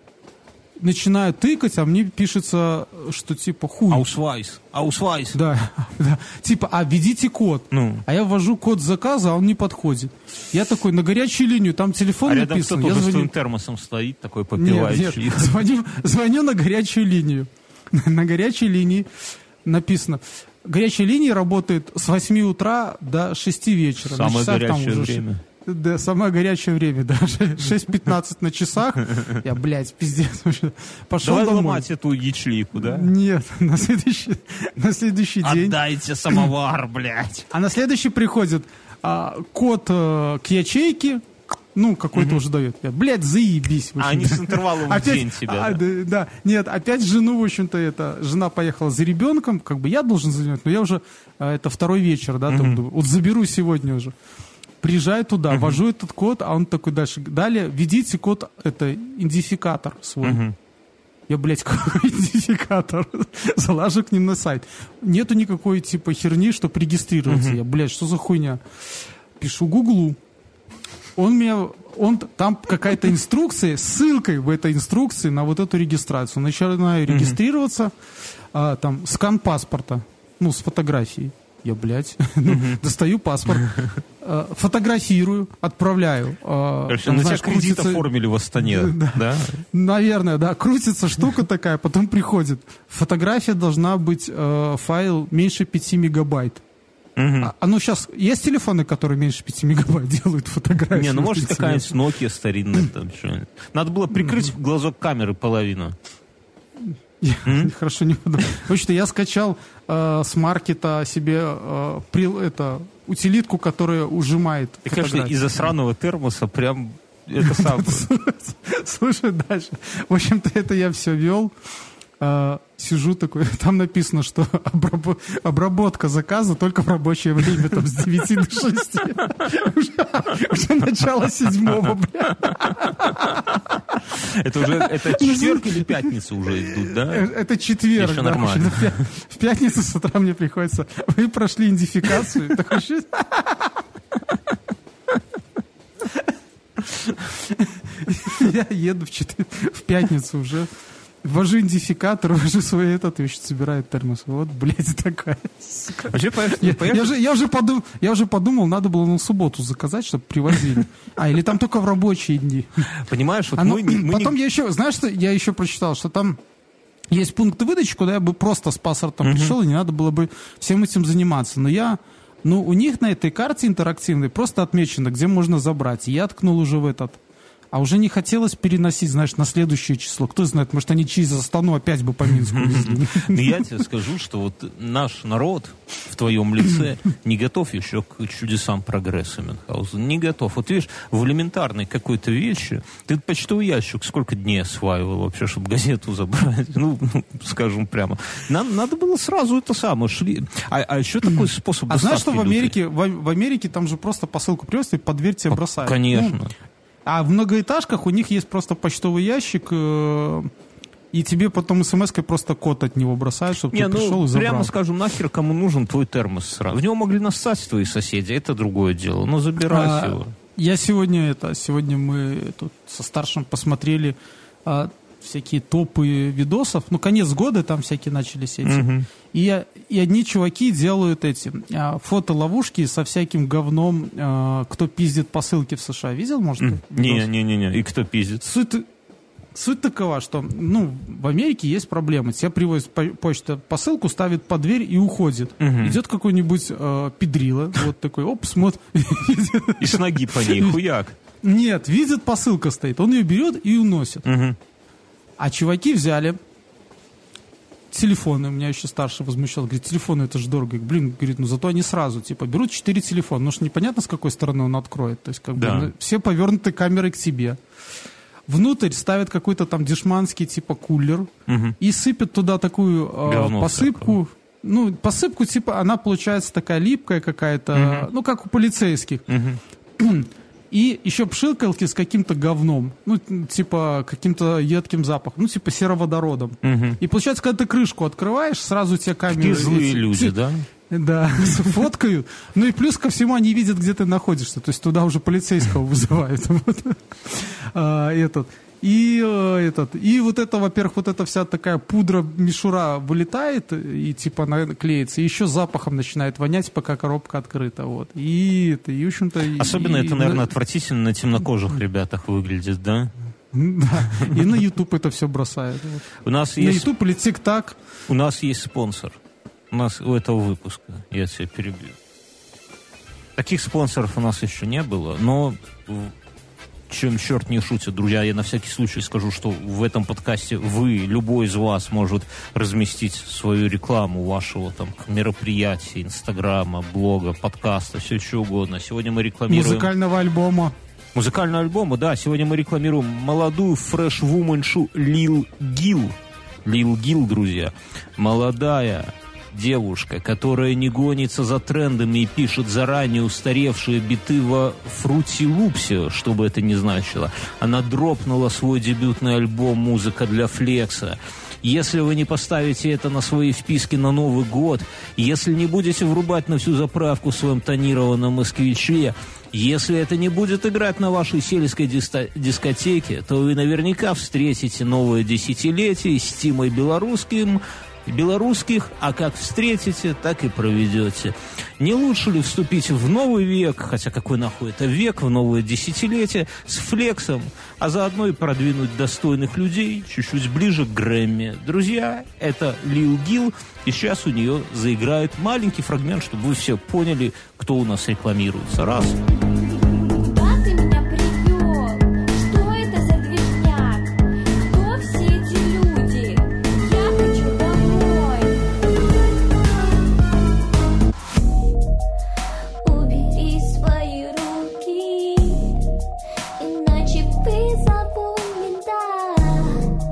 начинаю тыкать, а мне пишется, что типа хуй. Аусвайс. Аусвайс. Да, да. Типа, а введите код. Ну. А я ввожу код заказа, а он не подходит. Я такой, на горячую линию, там телефон А рядом написан. кто-то Я уже с звоню... твоим термосом стоит, такой Нет, попивающий. нет, звоню, звоню на горячую линию. На горячей линии написано. Горячая линия работает с восьми утра до шести вечера. На Самое часах там горячее уже время. ш- Да, самое горячее время, да. шесть пятнадцать на часах. Я, блядь, пиздец. вообще. Пошел Давай домой. ломать эту ячейку, да? Нет, на следующий, на следующий день. Отдайте самовар, блядь. А на следующий приходит а, код э, к ячейке, ну, какой-то уже дает. Я, блядь, заебись. в А общем. они с интервалом в Опять- день тебя, а, да? да, да. Нет, опять жену, в общем-то, это, жена поехала за ребенком, как бы я должен занимать, но я уже, а, это второй вечер, да, там, думаю, вот заберу сегодня уже. Приезжаю туда, ввожу этот код, а он такой дальше. Далее, введите код, это, идентификатор свой. Мгм. Я, блядь, какой идентификатор? Залажу к ним на сайт. Нету никакой, типа, херни, чтобы регистрироваться. Я, блядь, что за хуйня? Пишу Гуглу. Он меня... Он, там какая-то инструкция, с ссылкой в этой инструкции на вот эту регистрацию. Начинаю регистрироваться, а, там, скан паспорта, ну, с фотографией. Я, блядь, ну, достаю паспорт, э, фотографирую, отправляю. э, Короче, там, на тебя знаешь, кредит крутится- оформили в Астане, Да. да? Наверное, да. Крутится штука такая, потом приходит. Фотография должна быть, э, файл меньше пяти мегабайт. Мгм. А, а ну сейчас, есть телефоны, которые меньше пяти мегабайт делают фотографии? Не, ну может Интересно. какая-нибудь Nokia старинная там что-нибудь. Надо было прикрыть глазок камеры половину. Я хорошо не подумал. В общем-то, я скачал э, с маркета себе э, прил- это, утилитку, которая ужимает И, конечно, фотографии. из-за сраного термоса прям это самое. Слушай, дальше. В общем-то, это я все вел. А, сижу такой, там написано, что обрабо- обработка заказа только в рабочее время, там, с девяти до шести. Уже, уже начало седьмого, бля. Это уже это четверг или пятница уже идут, да? Э, Это четверг, Еще да. нормально. В пя- В пятницу с утра мне приходится. Вы прошли идентификацию. Такое ощущение- Я еду в, четы- в пятницу уже. ввожу идентификатор, ввожу свой этот, и еще собирает термос. Вот, блядь, такая. Вообще, поехали, Я, поехали. я, же, я, уже подум, я уже подумал, надо было на субботу заказать, чтобы привозили. А, или там только в рабочие дни. Понимаешь, вот А ну, мы, не- мы потом не... я еще, знаешь, что я еще прочитал, что там есть пункт выдачи, куда я бы просто с паспортом Мгм. пришел, и не надо было бы всем этим заниматься. Но я, ну, у них на этой карте интерактивной просто отмечено, где можно забрать. И я ткнул уже в этот. А уже не хотелось переносить, знаешь, на следующее число. Кто знает, может, они через Астану опять бы по Минску везли. Но я тебе скажу, что вот наш народ в твоем лице не готов еще к чудесам прогресса, Мюнхгаузен. Не готов. Вот видишь, в элементарной какой-то вещи ты почтовый ящик сколько дней осваивал вообще, чтобы газету забрать? Ну, ну, скажем прямо. Нам надо было сразу это самое шли. А, а еще такой способ А знаешь, доставки что в лютый. Америке, в, в Америке там же просто посылку привез и под дверь тебе бросают. Конечно. Ну, а в многоэтажках у них есть просто почтовый ящик, э, и тебе потом смс-кой просто код от него бросают, чтобы Не, ты пришел ну, и забрал. прямо скажем, нахер кому нужен твой термос сразу. В него могли нассать твои соседи, это другое дело. Но забирай А, его. Я сегодня это, сегодня мы тут со старшим посмотрели а, всякие топы видосов. Ну, конец года там всякие начались эти. Мгм. И, я- и одни чуваки делают эти а, фотоловушки со всяким говном, а, кто пиздит посылки в США. Видел, может? ты видос? Не-не-не-не. И кто пиздит? Суть, суть такова, что ну, в Америке есть проблема. Тебя привозит по- почта посылку, ставит под дверь и уходит. Мгм. Идет какой-нибудь э, педрила, вот такой, оп, смотрит. И с ноги по ней, хуяк. Нет, видит, посылка стоит. Он ее берет и уносит. Мгм. А чуваки взяли телефоны. У меня еще старший возмущал. Говорит, телефоны это же дорого. Я говорю, блин, говорит, ну зато они сразу, типа, берут четыре телефона. Ну что непонятно, с какой стороны он откроет. То есть, как Да. бы, ну, все повернуты камерой к себе. Внутрь ставят какой-то там дешманский, типа, кулер. Мгм. И сыпят туда такую э, Говно посыпку. Ну, посыпку, типа, она получается такая липкая какая-то, ну, как у полицейских. Мгм. И еще пшикалки с каким-то говном. Ну, типа, каким-то едким запахом. Ну, типа, сероводородом. Мгм. И получается, когда ты крышку открываешь, сразу тебе камеры... Такие злые эти- люди, да? Да, фоткают. Ну и плюс ко всему они видят, где ты находишься. То есть туда уже полицейского вызывают. Вот. А, этот. И э, этот. И вот это, во-первых, вот эта вся такая пудра, мишура вылетает и типа она клеится. И еще запахом начинает вонять, пока коробка открыта. Вот. И это, и в общем-то... и- Особенно и- это, наверное, отвратительно на темнокожих ребятах выглядит, да? Да. И на YouTube это все бросает. Вот. У нас На есть, YouTube или ТикТак. у нас есть спонсор. У нас у этого выпуска. Я тебя перебью. Таких спонсоров у нас еще не было, но в- чем черт не шутит, друзья, я на всякий случай скажу, что в этом подкасте вы, любой из вас, может разместить свою рекламу вашего там мероприятия, инстаграма, блога, подкаста, все что угодно. Сегодня мы рекламируем... Музыкального альбома. Музыкального альбома, да. Сегодня мы рекламируем молодую фреш-вуменшу Лил Гил. Лил Гил, друзья. Молодая девушка, которая не гонится за трендами и пишет заранее устаревшие биты во фрути-лупсе, что бы это ни значило. Она дропнула свой дебютный альбом «Музыка для флекса». Если вы не поставите это на свои вписки на Новый год, если не будете врубать на всю заправку в своем тонированном москвиче, если это не будет играть на вашей сельской диста- дискотеке, то вы наверняка встретите новое десятилетие с Тимой Белорусским, белорусских, а как встретите, так и проведете. Не лучше ли вступить в новый век, хотя какой нахуй это век, в новое десятилетие, с флексом, а заодно и продвинуть достойных людей чуть-чуть ближе к Грэмми. Друзья, это Лил Гил, и сейчас у нее заиграет маленький фрагмент, чтобы вы все поняли, кто у нас рекламируется. Раз. Куда ты меня привел? Что это за движняк? Кто все эти люди? Я хочу домой. Убери свои руки, иначе вызову мента.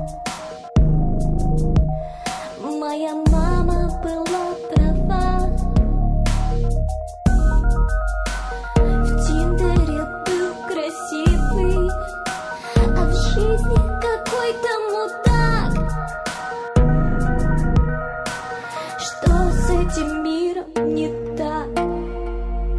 Моя мама была права. В Тиндере был красивый, а в жизни какой-то мудак. Что с этим миром не так?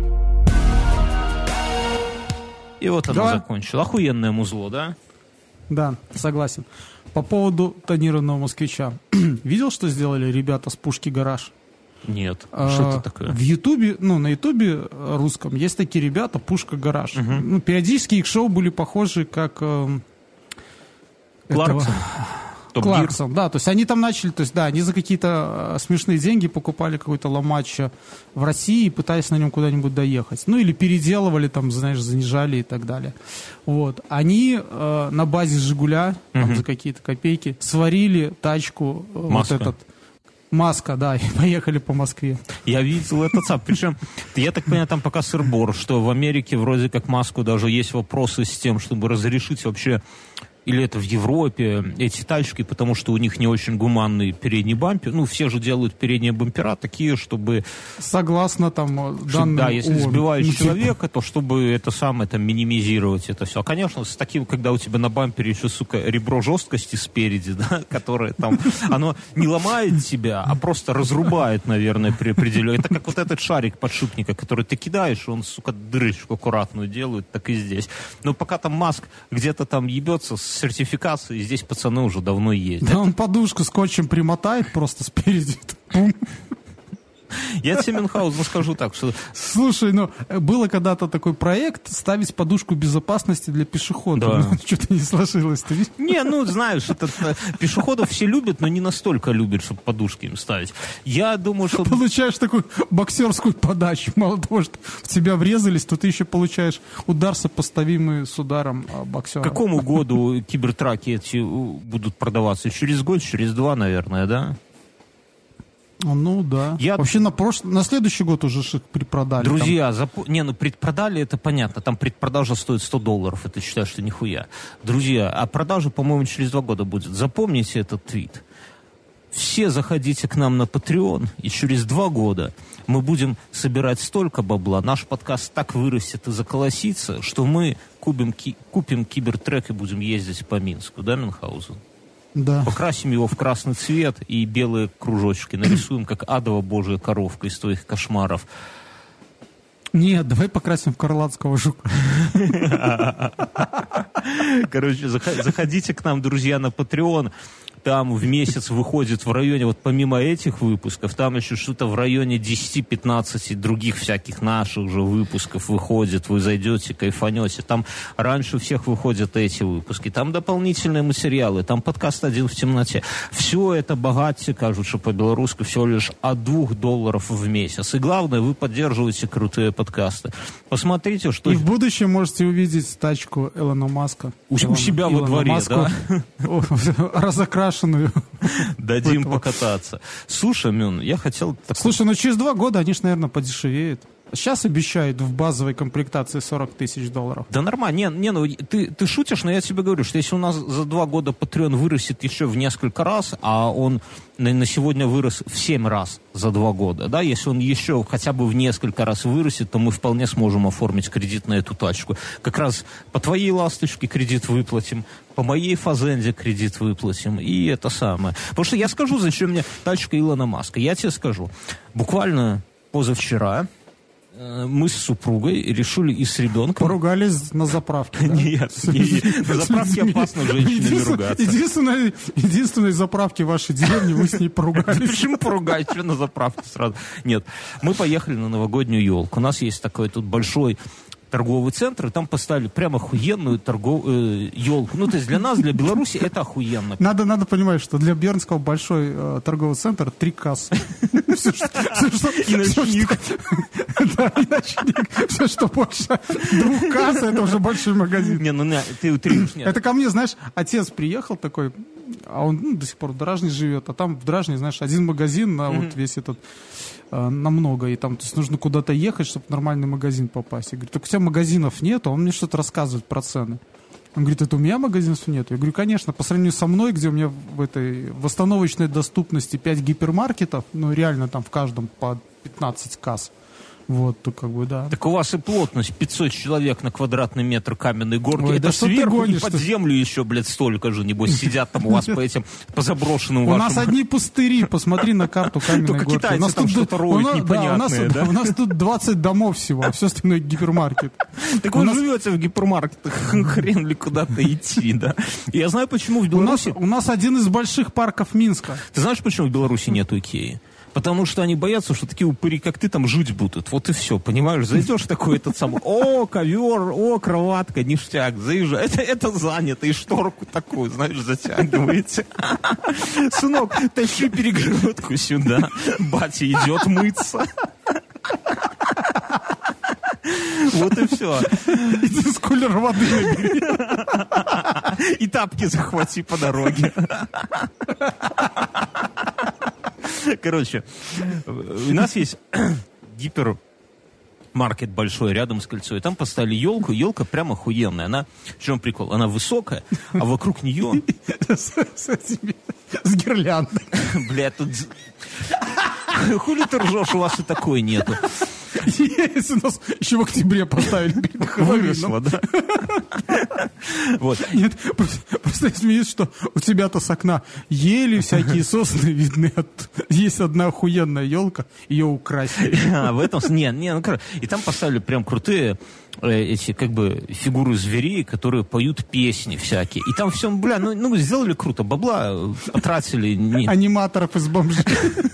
И вот она Да. закончила. Охуенное музло, да? Да, согласен. По поводу тонированного москвича. Видел, что сделали ребята с пушки «Гараж»? Нет. А, Что это такое? В Ютубе, ну, на Ютубе русском есть такие ребята, пушка «Гараж». Угу. Ну, периодически их шоу были похожи, как... Э, Кларксон. Топ Гир. Кларксон, да, то есть они там начали, то есть да, они за какие-то э, смешные деньги покупали какой-то ломач в России и пытались на нем куда-нибудь доехать. Ну, или переделывали там, знаешь, занижали и так далее. Вот. Они э, на базе «Жигуля» там, Мгм. за какие-то копейки сварили тачку, э, вот Маска. этот... Маска, да, и поехали по Москве. Я видел этот сам. Причем, я так понимаю, там пока сыр-бор, что в Америке вроде как Маску даже есть вопросы с тем, чтобы разрешить вообще, или это в Европе, эти тачки, потому что у них не очень гуманный передний бампер. Ну, все же делают передние бампера такие, чтобы... Согласно там Что, данным да, если ООН. сбиваешь Ну, типа, человека, то чтобы это самое, там, минимизировать это все. А, конечно, с таким, когда у тебя на бампере еще, сука, ребро жесткости спереди, да, которое там, оно не ломает тебя, а просто разрубает, наверное, при определенном. Это как вот этот шарик подшипника, который ты кидаешь, он, сука, дырочку аккуратную делает, так и здесь. Но пока там Маск где-то там ебется с сертификацией, здесь пацаны уже давно ездят. Да он подушку скотчем примотает просто спереди. Пум. Я тебе, Мюнхгаузен, скажу так, что... Слушай, ну, было когда-то такой проект ставить подушку безопасности для пешеходов. Да. Ну, что-то не сложилось. Ты видишь? Не, ну, знаешь, это, э, пешеходов все любят, но не настолько любят, чтобы подушки им ставить. Я думаю, что... Получаешь такую боксерскую подачу. Мало того, что в тебя врезались, то ты еще получаешь удар, сопоставимый с ударом а, боксера. К какому году кибертраки эти у, будут продаваться? Через год, через два, наверное, да? Ну, да. Я- Вообще на, прош... на следующий год уже ж их припродали. Друзья, запо- не, ну предпродали, это понятно, там предпродажа стоит сто долларов, это считаю, что нихуя. Друзья, а продажа, по-моему, через два года будет. Запомните этот твит. Все заходите к нам на Patreon, и через два года мы будем собирать столько бабла, наш подкаст так вырастет и заколосится, что мы купим, ки- купим кибертрек и будем ездить по Минску, да, Мюнхгаузен? Там. Да. Покрасим его в красный цвет и белые кружочки нарисуем, как адово божья коровка из твоих кошмаров. Нет, давай покрасим в крылатского жука. Короче, зах- заходите к нам, друзья, на Patreon. Там в месяц выходит в районе, вот помимо этих выпусков, там еще что-то в районе десять-пятнадцать других всяких наших же выпусков выходит. Вы зайдете, кайфанете. Там раньше всех выходят эти выпуски. Там дополнительные материалы. Там подкаст «Один в темноте». Все это богатье, кажут, что по-белорусски всего лишь от двух долларов в месяц. И главное, вы поддерживаете крутые подкасты. Посмотрите, что... И в будущем можете увидеть тачку Элона Маска. У, у Илона- себя во Илона дворе, Маску, да? разокрашенную. Дадим Этого. покататься. Слушай, Мюн, я хотел... так- Слушай, ну через два года они же, наверное, подешевеют. Сейчас обещают в базовой комплектации сорок тысяч долларов. Да нормально. Не, не, ну ты, ты шутишь, но я тебе говорю, что если у нас за два года Patreon вырастет еще в несколько раз, а он на, на сегодня вырос в семь раз за два года, да, если он еще хотя бы в несколько раз вырастет, то мы вполне сможем оформить кредит на эту тачку. Как раз по твоей ласточке кредит выплатим, по моей фазенде кредит выплатим, и это самое. Потому что я скажу, зачем мне тачка Илона Маска. Я тебе скажу. Буквально позавчера мы с супругой решили и с ребенком... Поругались на заправке, да? Нет, не- на заправке опасно женщинами Единственной- ругаться. Единственной, единственной заправки вашей деревни вы с ней поругались. Почему поругать, что на заправке сразу? Нет, мы поехали на новогоднюю елку. У нас есть такой тут большой торговый центр, и там поставили прям охуенную торговую елку. Ну, то есть для нас, для Беларуси, это охуенно. Надо, надо понимать, что для Бернского большой э, торговый центр три кассы. Все, что- всё, что- И ночник. Да, и ночник. Все, что больше двух касс, это уже большой магазин. Не, ну не, ты утришь, нет. Это ко мне, знаешь, отец приехал такой, а он ну, до сих пор в Дражне живет, а там в Дражне, знаешь, один магазин на вот весь этот, э, на много, и там, то есть нужно куда-то ехать, чтобы в нормальный магазин попасть. Я говорю, так у тебя магазинов нет, а он мне что-то рассказывает про цены. Он говорит, это у меня магазинов нет? Я говорю, конечно, по сравнению со мной, где у меня в этой в остановочной доступности пять гипермаркетов, ну реально там в каждом по пятнадцать касс, Вот, то как бы, да. Так у вас и плотность пятьсот человек на квадратный метр каменной горки. Ой, это да что ты сверху и гонишь-то? под землю еще, блядь, столько же, небось, сидят там у вас по этим, по заброшенным У вашим... нас одни пустыри, посмотри на карту каменной Только горки. китайцы У нас там тут что-то д- роют у нас- да, у нас- непонятное, да? У нас тут двадцать домов всего, а все остальное гипермаркет. Так у вы нас- живете в гипермаркетах, хрен ли куда-то идти, да? И я знаю, почему в У нас, Беларуси... у нас один из больших парков Минска. Ты знаешь, почему в Беларуси нету Икеи? Потому что они боятся, что такие упыри, как ты, там жить будут. Вот и все, понимаешь? Зайдешь такой этот самый, о, ковер, о, кроватка, ништяк, заезжай. Это, это занято, и шторку такую, знаешь, затягиваете. Сынок, тащи перегородку сюда. Батя идет мыться. Вот и все. Иди с кулера воды набери. И тапки захвати по дороге. Короче, у нас есть гипермаркет большой рядом с кольцом, и там поставили елку, елка прям охуенная. Она, в чем прикол? Она высокая, а вокруг нее... С, с этими- с гирляндой. Бля, тут... Хули ты ржешь, у вас и такой нету. Есть у нас еще в октябре поставили перед Хэллоуином. Выросло, да? Вот. Нет, просто, просто я смеюсь, что у тебя-то с окна ели всякие сосны видны. От- Есть одна охуенная елка, ее украсили. А, в этом... с- Не, не, ну, короче. И там поставили прям крутые э, эти, как бы, фигуры зверей, которые поют песни всякие. И там все, бля, ну, ну сделали круто, бабла э, потратили. Не- Аниматоров из бомжей.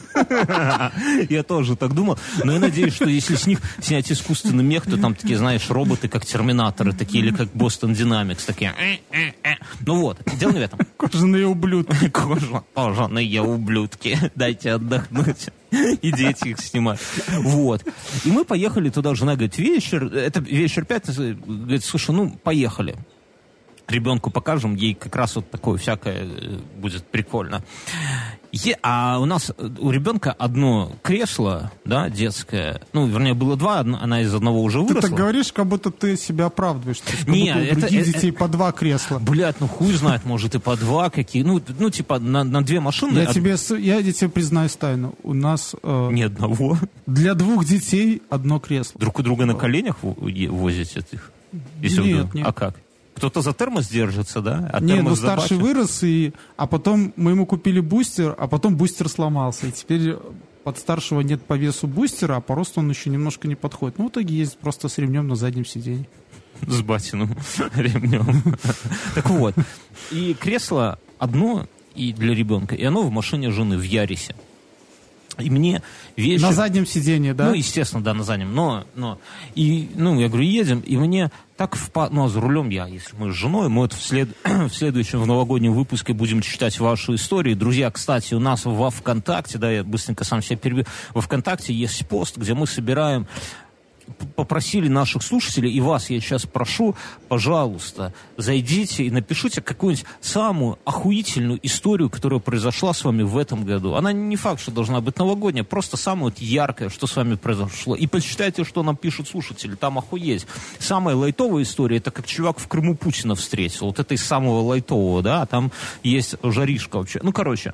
Я тоже так думал. Но я надеюсь, что если с них снять искусственный мех, то там такие, знаешь, роботы, как терминаторы, такие, или как Boston Dynamics, такие. Ну вот, дело не в этом. Кожаные ублюдки. Кожа, кожаные ублюдки. Дайте отдохнуть. И дети их снимают. Вот. И мы поехали туда. Жена говорит, вечер, это вечер пятницы. Говорит, слушай, ну, поехали. Ребенку покажем, ей как раз вот такое всякое э, будет прикольно. Е- а у нас, э, у ребенка одно кресло, да, детское, ну, вернее, было два, одно- она из одного уже Ты выросла. так говоришь, как будто ты себя оправдываешь. То есть, как Не, будто у это- других это- детей по два кресла. Блядь, ну хуй знает, может и по два какие. Ну, ну типа на, на две машины. Я од- тебе, с- я тебе признаюсь тайну. У нас э, Ни одного. для двух детей одно кресло. Друг у друга на коленях во- е- возите их? Если Нет, вдруг- нет. А как? Кто-то за термос держится, да? А Не, ну термос за старший батю? вырос, и, а потом мы ему купили бустер, а потом бустер сломался. И теперь под старшего нет по весу бустера, а по росту он еще немножко не подходит. Ну, в итоге ездит просто с ремнем на заднем сиденье. С батиным ремнем. Так вот. И кресло одно и для ребенка, и оно в машине жены, в Ярисе. И мне вечер... На заднем сиденье, да? Ну, естественно, да, на заднем. Но, но, и, ну, я говорю, едем, и мне так впад... Ну, а за рулем я, если мы с женой, мы вот в, след... в следующем, в новогоднем выпуске будем читать ваши истории. Друзья, кстати, у нас во ВКонтакте, да, я быстренько сам себя перебью, во ВКонтакте есть пост, где мы собираем... Попросили наших слушателей, и вас я сейчас прошу, пожалуйста, зайдите и напишите какую-нибудь самую охуительную историю, которая произошла с вами в этом году. Она не факт, что должна быть новогодняя, просто самое вот яркое, что с вами произошло. И почитайте, что нам пишут слушатели, там охуеть. Самая лайтовая история, это как чувак в Крыму Путина встретил. Вот это из самого лайтового, да, а там есть жаришка вообще. Ну, короче...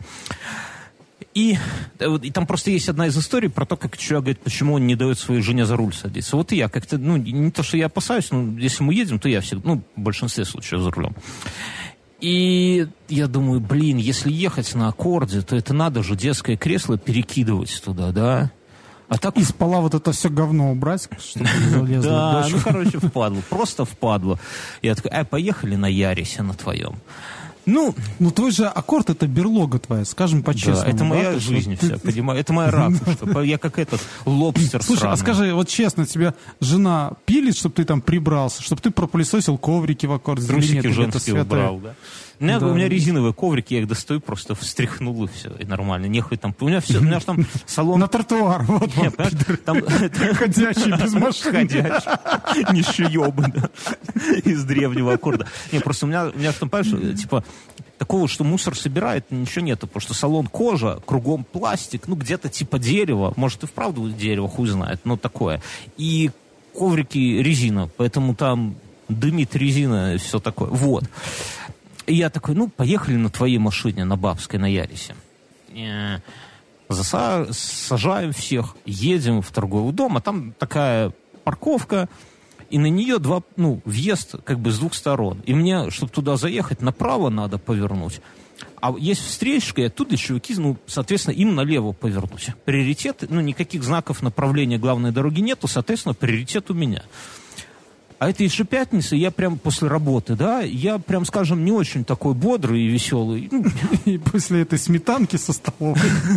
И, и там просто есть одна из историй про то, как человек говорит, почему он не дает своей жене за руль садиться. Вот и я как-то, ну, не то, что я опасаюсь, но если мы едем, то я всегда, ну, в большинстве случаев за рулем. И я думаю, блин, если ехать на аккорде, то это надо же детское кресло перекидывать туда, да? А так... Из пола вот это все говно убрать, чтобы не залезло в Да, бочку. ну, короче, впадло, просто впадло. Я такой, а, поехали на Ярисе на твоем. Ну, Ну, твой же аккорд — это берлога твоя, скажем по-честному. да, это моя то есть жизнь вот ты- вся, понимаю, это моя ракушка. Я как этот лобстер Слушай, а сраный. скажи, вот честно, тебя жена пилит, чтобы ты там прибрался, чтобы ты пропылесосил коврики в аккорд? или Трусики нет? Или это женские святое? убрал, да? У меня, Да. у меня резиновые коврики, я их достаю, просто встряхнул, и все, и нормально. Нехуй там. У меня все, у меня же там салон... На тротуар, вот, Не, вот. понимаешь, там... Ходячий, без машины. Ходячий. Нищеёбы, да. Из древнего аккорда. Не, просто у меня, у меня же там, понимаешь, типа, такого, что мусор собирает, ничего нету, потому что салон кожа, кругом пластик, ну, где-то типа дерево, может, и вправду дерево, хуй знает, но такое. И коврики резина, поэтому там дымит резина и все такое. Вот. И я такой, ну, поехали на твоей машине, на бабской, на Ярисе. Заса... Сажаем всех, едем в торговый дом, а там такая парковка, и на нее два, ну, въезд как бы с двух сторон. И мне, чтобы туда заехать, направо надо повернуть. А есть встречка, и оттуда чуваки, ну, соответственно, им налево повернуть. Приоритет, ну, никаких знаков направления главной дороги нету, соответственно, приоритет у меня. А это еще пятница, я прям после работы, да, я прям, скажем, не очень такой бодрый и веселый. И после этой сметанки со столовой.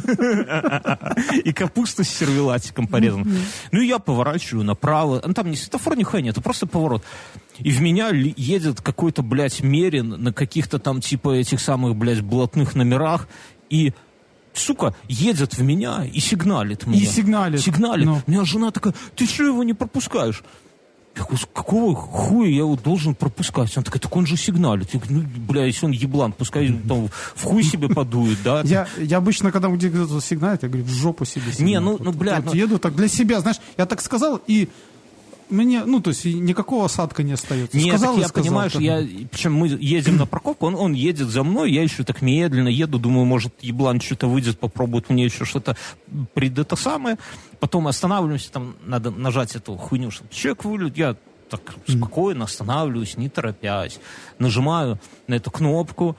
И капуста с сервелатиком порезана. Ну, и я поворачиваю направо. Ну, там не светофор, нихуя нет, это просто поворот. И в меня едет какой-то, блядь, Мерин на каких-то там, типа, этих самых, блядь, блатных номерах. И, сука, едет в меня и сигналит мне. И сигналит. Сигналит. Ну. У меня жена такая: ты что его не пропускаешь? Я говорю: какого хуя я его должен пропускать? Она такая: так он же сигналит. Я говорю: ну, бля, если он еблан, пускай там в хуй себе подует, да? Я, я обычно, когда где-то сигналит, я говорю: в жопу себе сигналит. Не, ну, ну, бля, вот ну... еду так для себя, знаешь, я так сказал, и мне, ну, то есть никакого осадка не остается. Нет, сказал так я сказал, понимаю, что я, причем мы едем на парковку, он, он едет за мной, я еще так медленно еду, думаю, может, еблан что-то выйдет, попробует мне еще что-то пред это самое. Потом останавливаемся, там надо нажать эту хуйню, чтобы человек вылет. Я так спокойно останавливаюсь, не торопясь. Нажимаю на эту кнопку.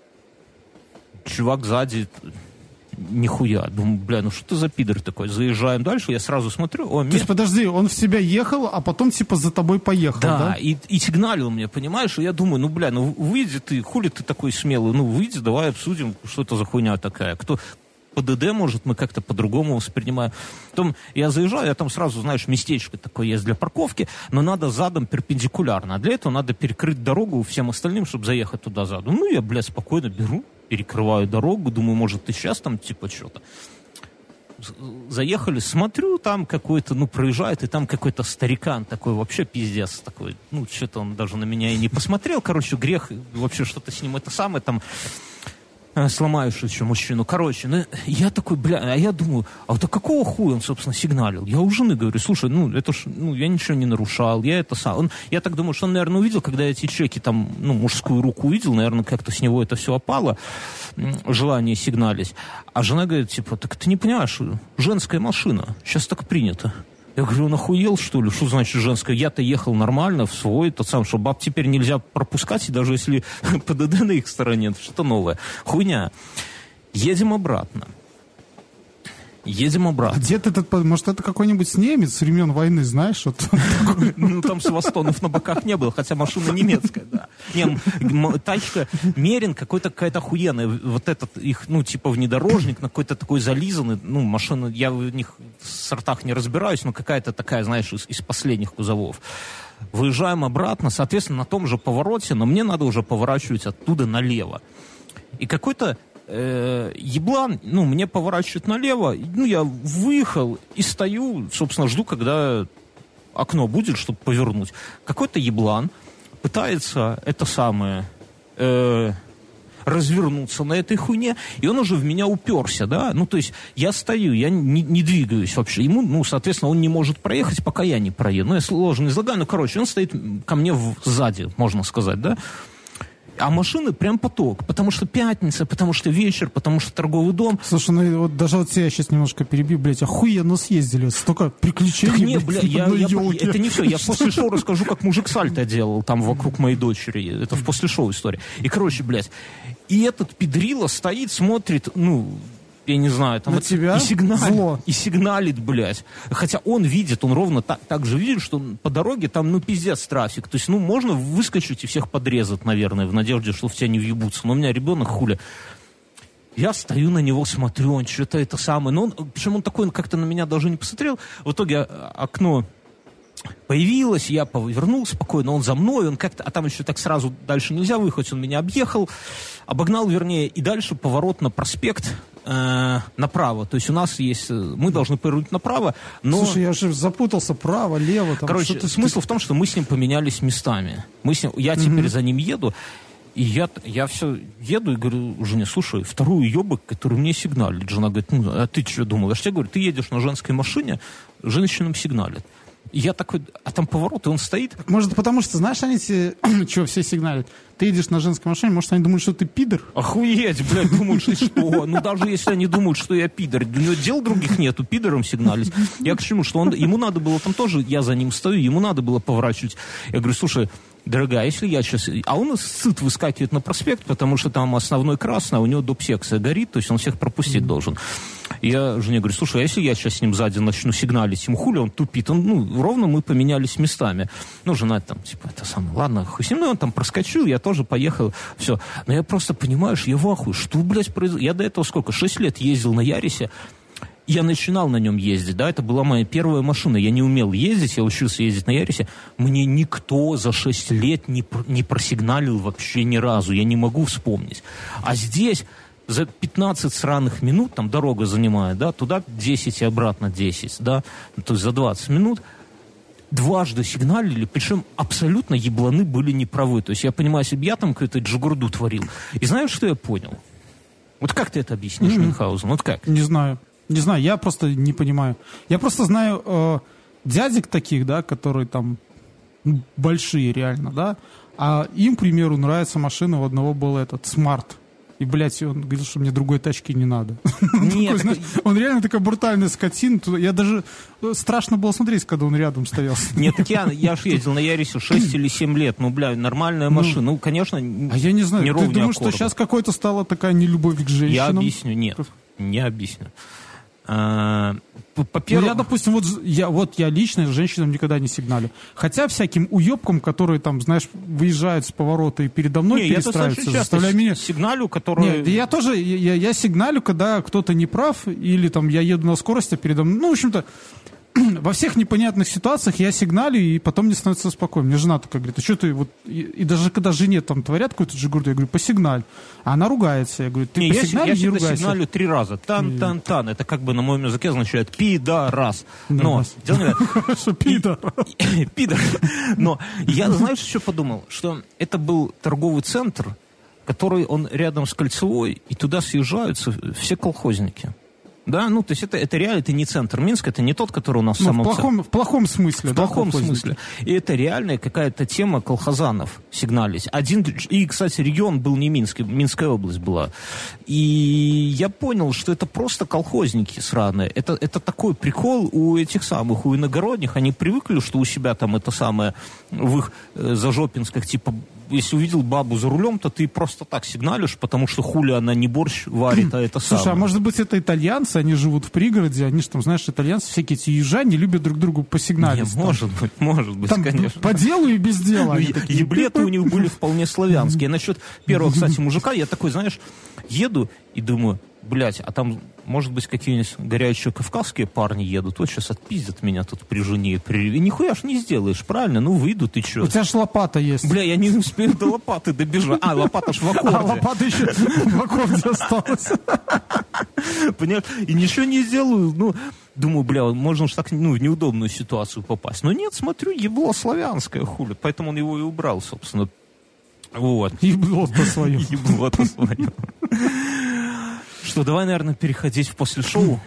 Чувак сзади... Нихуя. Думаю, бля, ну что ты за пидор такой? Заезжаем дальше, я сразу смотрю. О, То есть, подожди, он в себя ехал, а потом типа за тобой поехал, да? Да, и, и сигналил мне, понимаешь? И я думаю, ну, бля, ну выйди ты, хули ты такой смелый? Ну, выйди, давай обсудим, что это за хуйня такая. Кто... ПДД, может, мы как-то по-другому воспринимаем. Потом я заезжаю, я там сразу, знаешь, местечко такое есть для парковки, но надо задом перпендикулярно. А для этого надо перекрыть дорогу всем остальным, чтобы заехать туда задом. Ну, я, бля, спокойно беру, перекрываю дорогу, думаю, может, ты сейчас там типа что-то. Заехали, смотрю, там какой-то, ну, проезжает, и там какой-то старикан такой, вообще пиздец такой. Ну, что-то он даже на меня и не посмотрел. Короче, грех, вообще что-то с ним это самое там... Сломаешь еще мужчину. Короче, ну, я такой, бля, а я думаю, а вот а какого хуя он, собственно, сигналил? Я у жены говорю: слушай, ну, это ж, ну, я ничего не нарушал, я это сам. Он, я так думаю, что он, наверное, увидел, когда эти чеки там, ну, мужскую руку увидел, наверное, как-то с него это все опало, желание сигналить. А жена говорит, типа: так ты не понимаешь, женская машина, сейчас так принято. Я говорю: он охуел, что ли? Что значит женская? Я-то ехал нормально в свой, тот сам, что баб теперь нельзя пропускать, и даже если ПДД на их стороне, это что-то новое. Хуйня. Едем обратно. Едем обратно. Где ты этот, может, это какой-нибудь немец с времен войны, знаешь? Вот. Ну, там свастонов на боках не было, хотя машина немецкая, да. Не, тачка Мерин какой-то, какая-то охуенная. Вот этот их, ну, типа внедорожник, какой-то такой зализанный. Ну, машина, я в них в сортах не разбираюсь, но какая-то такая, знаешь, из, из последних кузовов. Выезжаем обратно, соответственно, на том же повороте, но мне надо уже поворачивать оттуда налево. И какой-то Э, еблан, ну, мне поворачивает налево, ну, я выехал и стою, собственно, жду, когда окно будет, чтобы повернуть. Какой-то еблан пытается это самое э, развернуться на этой хуйне, и он уже в меня уперся, да, ну, то есть я стою, я не, не двигаюсь вообще, ему, ну, соответственно, он не может проехать, пока я не проеду, ну, я сложно излагаю, ну, короче, он стоит ко мне в, сзади, можно сказать, да. А машины прям поток, потому что пятница, потому что вечер, потому что торговый дом. Слушай, ну вот даже вот тебя сейчас немножко перебью, блядь, охуенно съездили, столько приключений. Так не, блядь, бля, я, я, это не все, я Что? после шоу расскажу, как мужик сальто делал там вокруг моей дочери, это в после шоу история. И, короче, блядь, и этот педрила стоит, смотрит, ну... Я не знаю, там на вот, тебя и, сигналит, зло. и сигналит, блядь. Хотя он видит, он ровно так, так же видит, что по дороге там, ну, пиздец, трафик. То есть, ну, можно выскочить и всех подрезать, наверное, в надежде, что в тебя не въебутся. Но у меня ребенок хуля. Я стою на него, смотрю, он что-то это самое. Но он, причем он такой, он как-то на меня даже не посмотрел. В итоге окно появилось, я повернул спокойно, он за мной, он как-то, а там еще так сразу дальше нельзя выехать, он меня объехал, обогнал, вернее, и дальше поворот на проспект э, направо. То есть у нас есть, мы должны повернуть направо, но... Слушай, я же запутался, право, лево. Там, короче, что-то... смысл в том, что мы с ним поменялись местами. Мы с ним, я Угу. теперь за ним еду, и я, я все еду и говорю жене: слушай, вторую ебок, который мне сигналит. Жена говорит: ну, а ты что думал? Я же тебе говорю, ты едешь на женской машине, женщинам сигналит. Я такой, а там поворот, и он стоит. Может, потому что, знаешь, они все, что, все сигналят. Ты едешь на женской машине, может, они думают, что ты пидор? Охуеть, блядь, думают, что что? Ну, даже если они думают, что я пидор, у него дел других нету, пидором сигналить. Я к чему, что он, ему надо было там тоже, я за ним стою, ему надо было поворачивать. Я говорю, слушай, дорогая, если я сейчас... А он сыт выскакивает на проспект, потому что там основной красный, а у него доп-секция горит, то есть он всех пропустить mm-hmm. должен. Я жене говорю, слушай, а если я сейчас с ним сзади начну сигналить, ему хули, он тупит. Он, ну, ровно мы поменялись местами. Ну, жена там, типа, это самое, ладно, хуй с ним. Ну, он там проскочил, я тоже поехал, все. Но я просто, понимаешь, я в ахуе, что, блядь, произошло? Я до этого сколько, шесть лет ездил на Ярисе. Я начинал на нем ездить, да, это была моя первая машина. Я не умел ездить, я учился ездить на Ярисе. Мне никто за шесть лет не, не просигналил вообще ни разу. Я не могу вспомнить. А здесь за пятнадцать сраных минут, там дорога занимает, да, туда десять и обратно десять, да, то есть за двадцать минут дважды сигналили, причем абсолютно ебланы были неправы. То есть я понимаю, если бы я там какую-то джигурду творил. И знаешь, что я понял? Вот как ты это объяснишь, mm-hmm. Мюнхгаузен? Вот как? Не знаю. Не знаю, я просто не понимаю. Я просто знаю э, дядек таких, да, которые там ну, большие реально, да, а им, к примеру, нравится машина, у одного был этот смарт. И, блядь, он говорил, что мне другой тачки не надо. Нет, такой, знаешь, он реально такая брутальная скотина. Я даже... Страшно было смотреть, когда он рядом стоял. Нет, так я, я же ездил на Ярисе шесть или семь лет. Ну, бля, нормальная машина. Ну, ну конечно, а я не знаю, ты думаешь, что сейчас какой-то стала такая нелюбовь к женщинам? Я объясню, нет, не объясню. А, по, по ну, я, допустим, вот я, вот я лично с женщинам никогда не сигналю. Хотя всяким уебкам, которые там, знаешь, выезжают с поворота и передо мной не, перестраиваются, заставляя меня... Сигналю, которые... Нет, я тоже, я, я сигналю, когда кто-то не прав, или там я еду на скорости, а передо мной... Ну, в общем-то, во всех непонятных ситуациях я сигналю, и потом мне становится спокойно. Мне жена такая говорит, а что ты вот... И, и даже когда жене там творят какую-то джигурду, я говорю, посигналь. А она ругается. Я говорю, ты не, посигналь, я, не я ругайся. Я сигналю три раза. Тан-тан-тан. Это как бы на моем языке означает пидорас. Но... Хорошо, пидорас. Пидор. Но я, знаешь, что подумал? Что это был торговый центр, который он рядом с Кольцевой, и туда съезжаются все колхозники. Да, ну, то есть это, это реально, это не центр Минска, это не тот, который у нас в самом... В плохом, в плохом смысле, В да, плохом смысле. И это реальная какая-то тема колхозанов сигналить. Один, и, кстати, регион был не Минск, Минская область была. И я понял, что это просто колхозники сраные. Это, это такой прикол у этих самых, у иногородних. Они привыкли, что у себя там это самое, в их э, зажопинских, типа, если увидел бабу за рулем, то ты просто так сигналишь, потому что хули она не борщ варит, а это самое. Слушай, а может быть это итальянцы, они живут в пригороде, они же там, знаешь, итальянцы, всякие эти южане любят друг другу посигналить. Не, может быть, может быть, там, конечно. По делу и без дела. Еблеты у них были вполне славянские. Насчет первого, кстати, мужика, я такой, знаешь, еду и думаю, блядь, а там, может быть, какие-нибудь горячие кавказские парни едут, вот сейчас отпиздят меня тут при жене, при... И нихуя ж не сделаешь, правильно? Ну, выйдут, и что? У тебя ж лопата есть. Бля, я не успею до лопаты добежать. А, лопата ж в аккорде. А лопата еще в аккорде осталась. Понимаешь? И ничего не сделаю, ну... Думаю, бля, можно же так, ну, в неудобную ситуацию попасть. Но нет, смотрю, ебло славянское, хули. Поэтому он его и убрал, собственно. Вот. Ебло-то свое. Ебло-то свое. Что, давай, наверное, переходить в после шоу.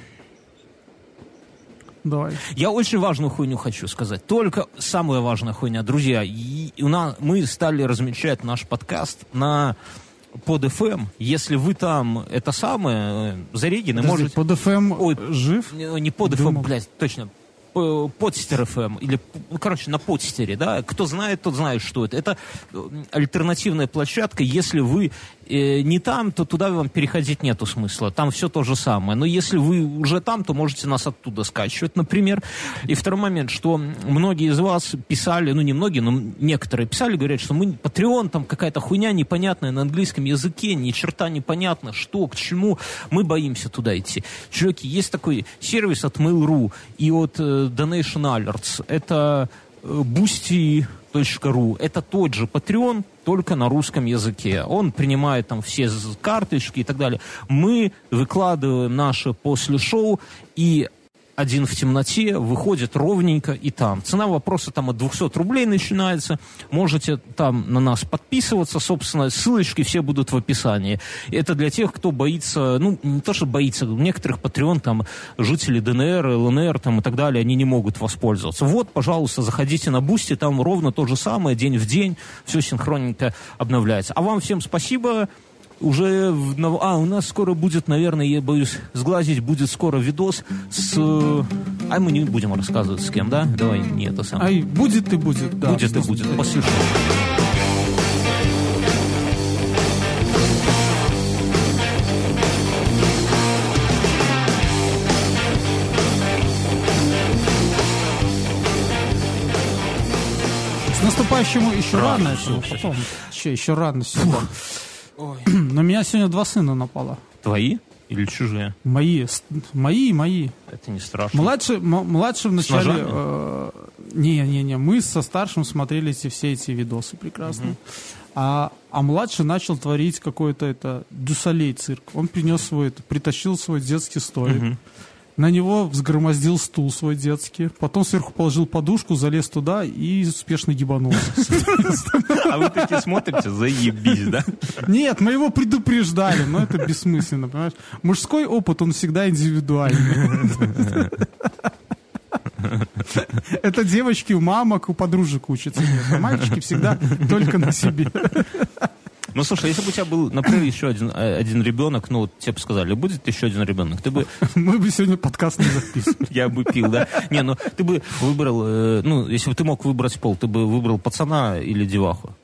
Давай. Я очень важную хуйню хочу сказать. Только самая важная хуйня. Друзья, и у нас, мы стали размещать наш подкаст на под эф эм. Если вы там это самое, зарегены, можете... Под эф эм Ой, жив? Не, не под эф эм, блядь, точно. Подстер эф эм, или, ну, короче, на подстере, да, кто знает, тот знает, что это. Это альтернативная площадка, если вы э, не там, то туда вам переходить нету смысла, там все то же самое, но если вы уже там, то можете нас оттуда скачивать, например. И второй момент, что многие из вас писали, ну, не многие, но некоторые писали, говорят, что мы, Patreon, там какая-то хуйня непонятная на английском языке, ни черта непонятно, что, к чему, мы боимся туда идти. Чуваки, есть такой сервис от Mail.ru и от Donation Alerts, это boosty точка ру, это тот же Patreon, только на русском языке. Он принимает там все карточки и так далее. Мы выкладываем наше после шоу, и один в темноте, выходит ровненько и там. Цена вопроса там от двухсот рублей начинается. Можете там на нас подписываться. Собственно, ссылочки все будут в описании. Это для тех, кто боится, ну, не то, что боится, у некоторых Patreon, там, жители ДНР, ЛНР, там, и так далее, они не могут воспользоваться. Вот, пожалуйста, заходите на Бусти, там ровно то же самое, день в день, все синхронненько обновляется. А вам всем спасибо. Уже, в, а, у нас скоро будет, наверное, я боюсь сглазить, будет скоро видос с... А мы не будем рассказывать с кем, да? Давай, не это самое. Ай, будет и будет, да. Будет и будет, после шоу. С наступающим еще Рано, рано, всё, еще, всё, потом. Еще, еще рано сюда. На меня сегодня два сына напало. Твои или чужие? Мои, с- мои и мои. Это не страшно. Младший, м- младший в начале... ножами? э, Не-не-не, мы со старшим смотрели эти, все эти видосы прекрасно. А, а младший начал творить какой-то это дюсалей цирк. Он принес свой, это, притащил свой детский столик. На него взгромоздил стул свой детский. Потом сверху положил подушку, залез туда и успешно гибанулся. А вы такие смотрите, заебись, да? Нет, мы его предупреждали, но это бессмысленно, понимаешь? Мужской опыт, он всегда индивидуальный. Это девочки у мамок, у подружек учатся. Нет, а мальчики всегда только на себе. Ну, слушай, если бы у тебя был, например, еще один, э, один ребенок, ну, вот тебе бы сказали, будет еще один ребенок, ты бы... Мы бы сегодня подкаст не записывали. Я бы пил, да? Не, ну, ты бы выбрал, э, ну, если бы ты мог выбрать пол, ты бы выбрал пацана или деваху?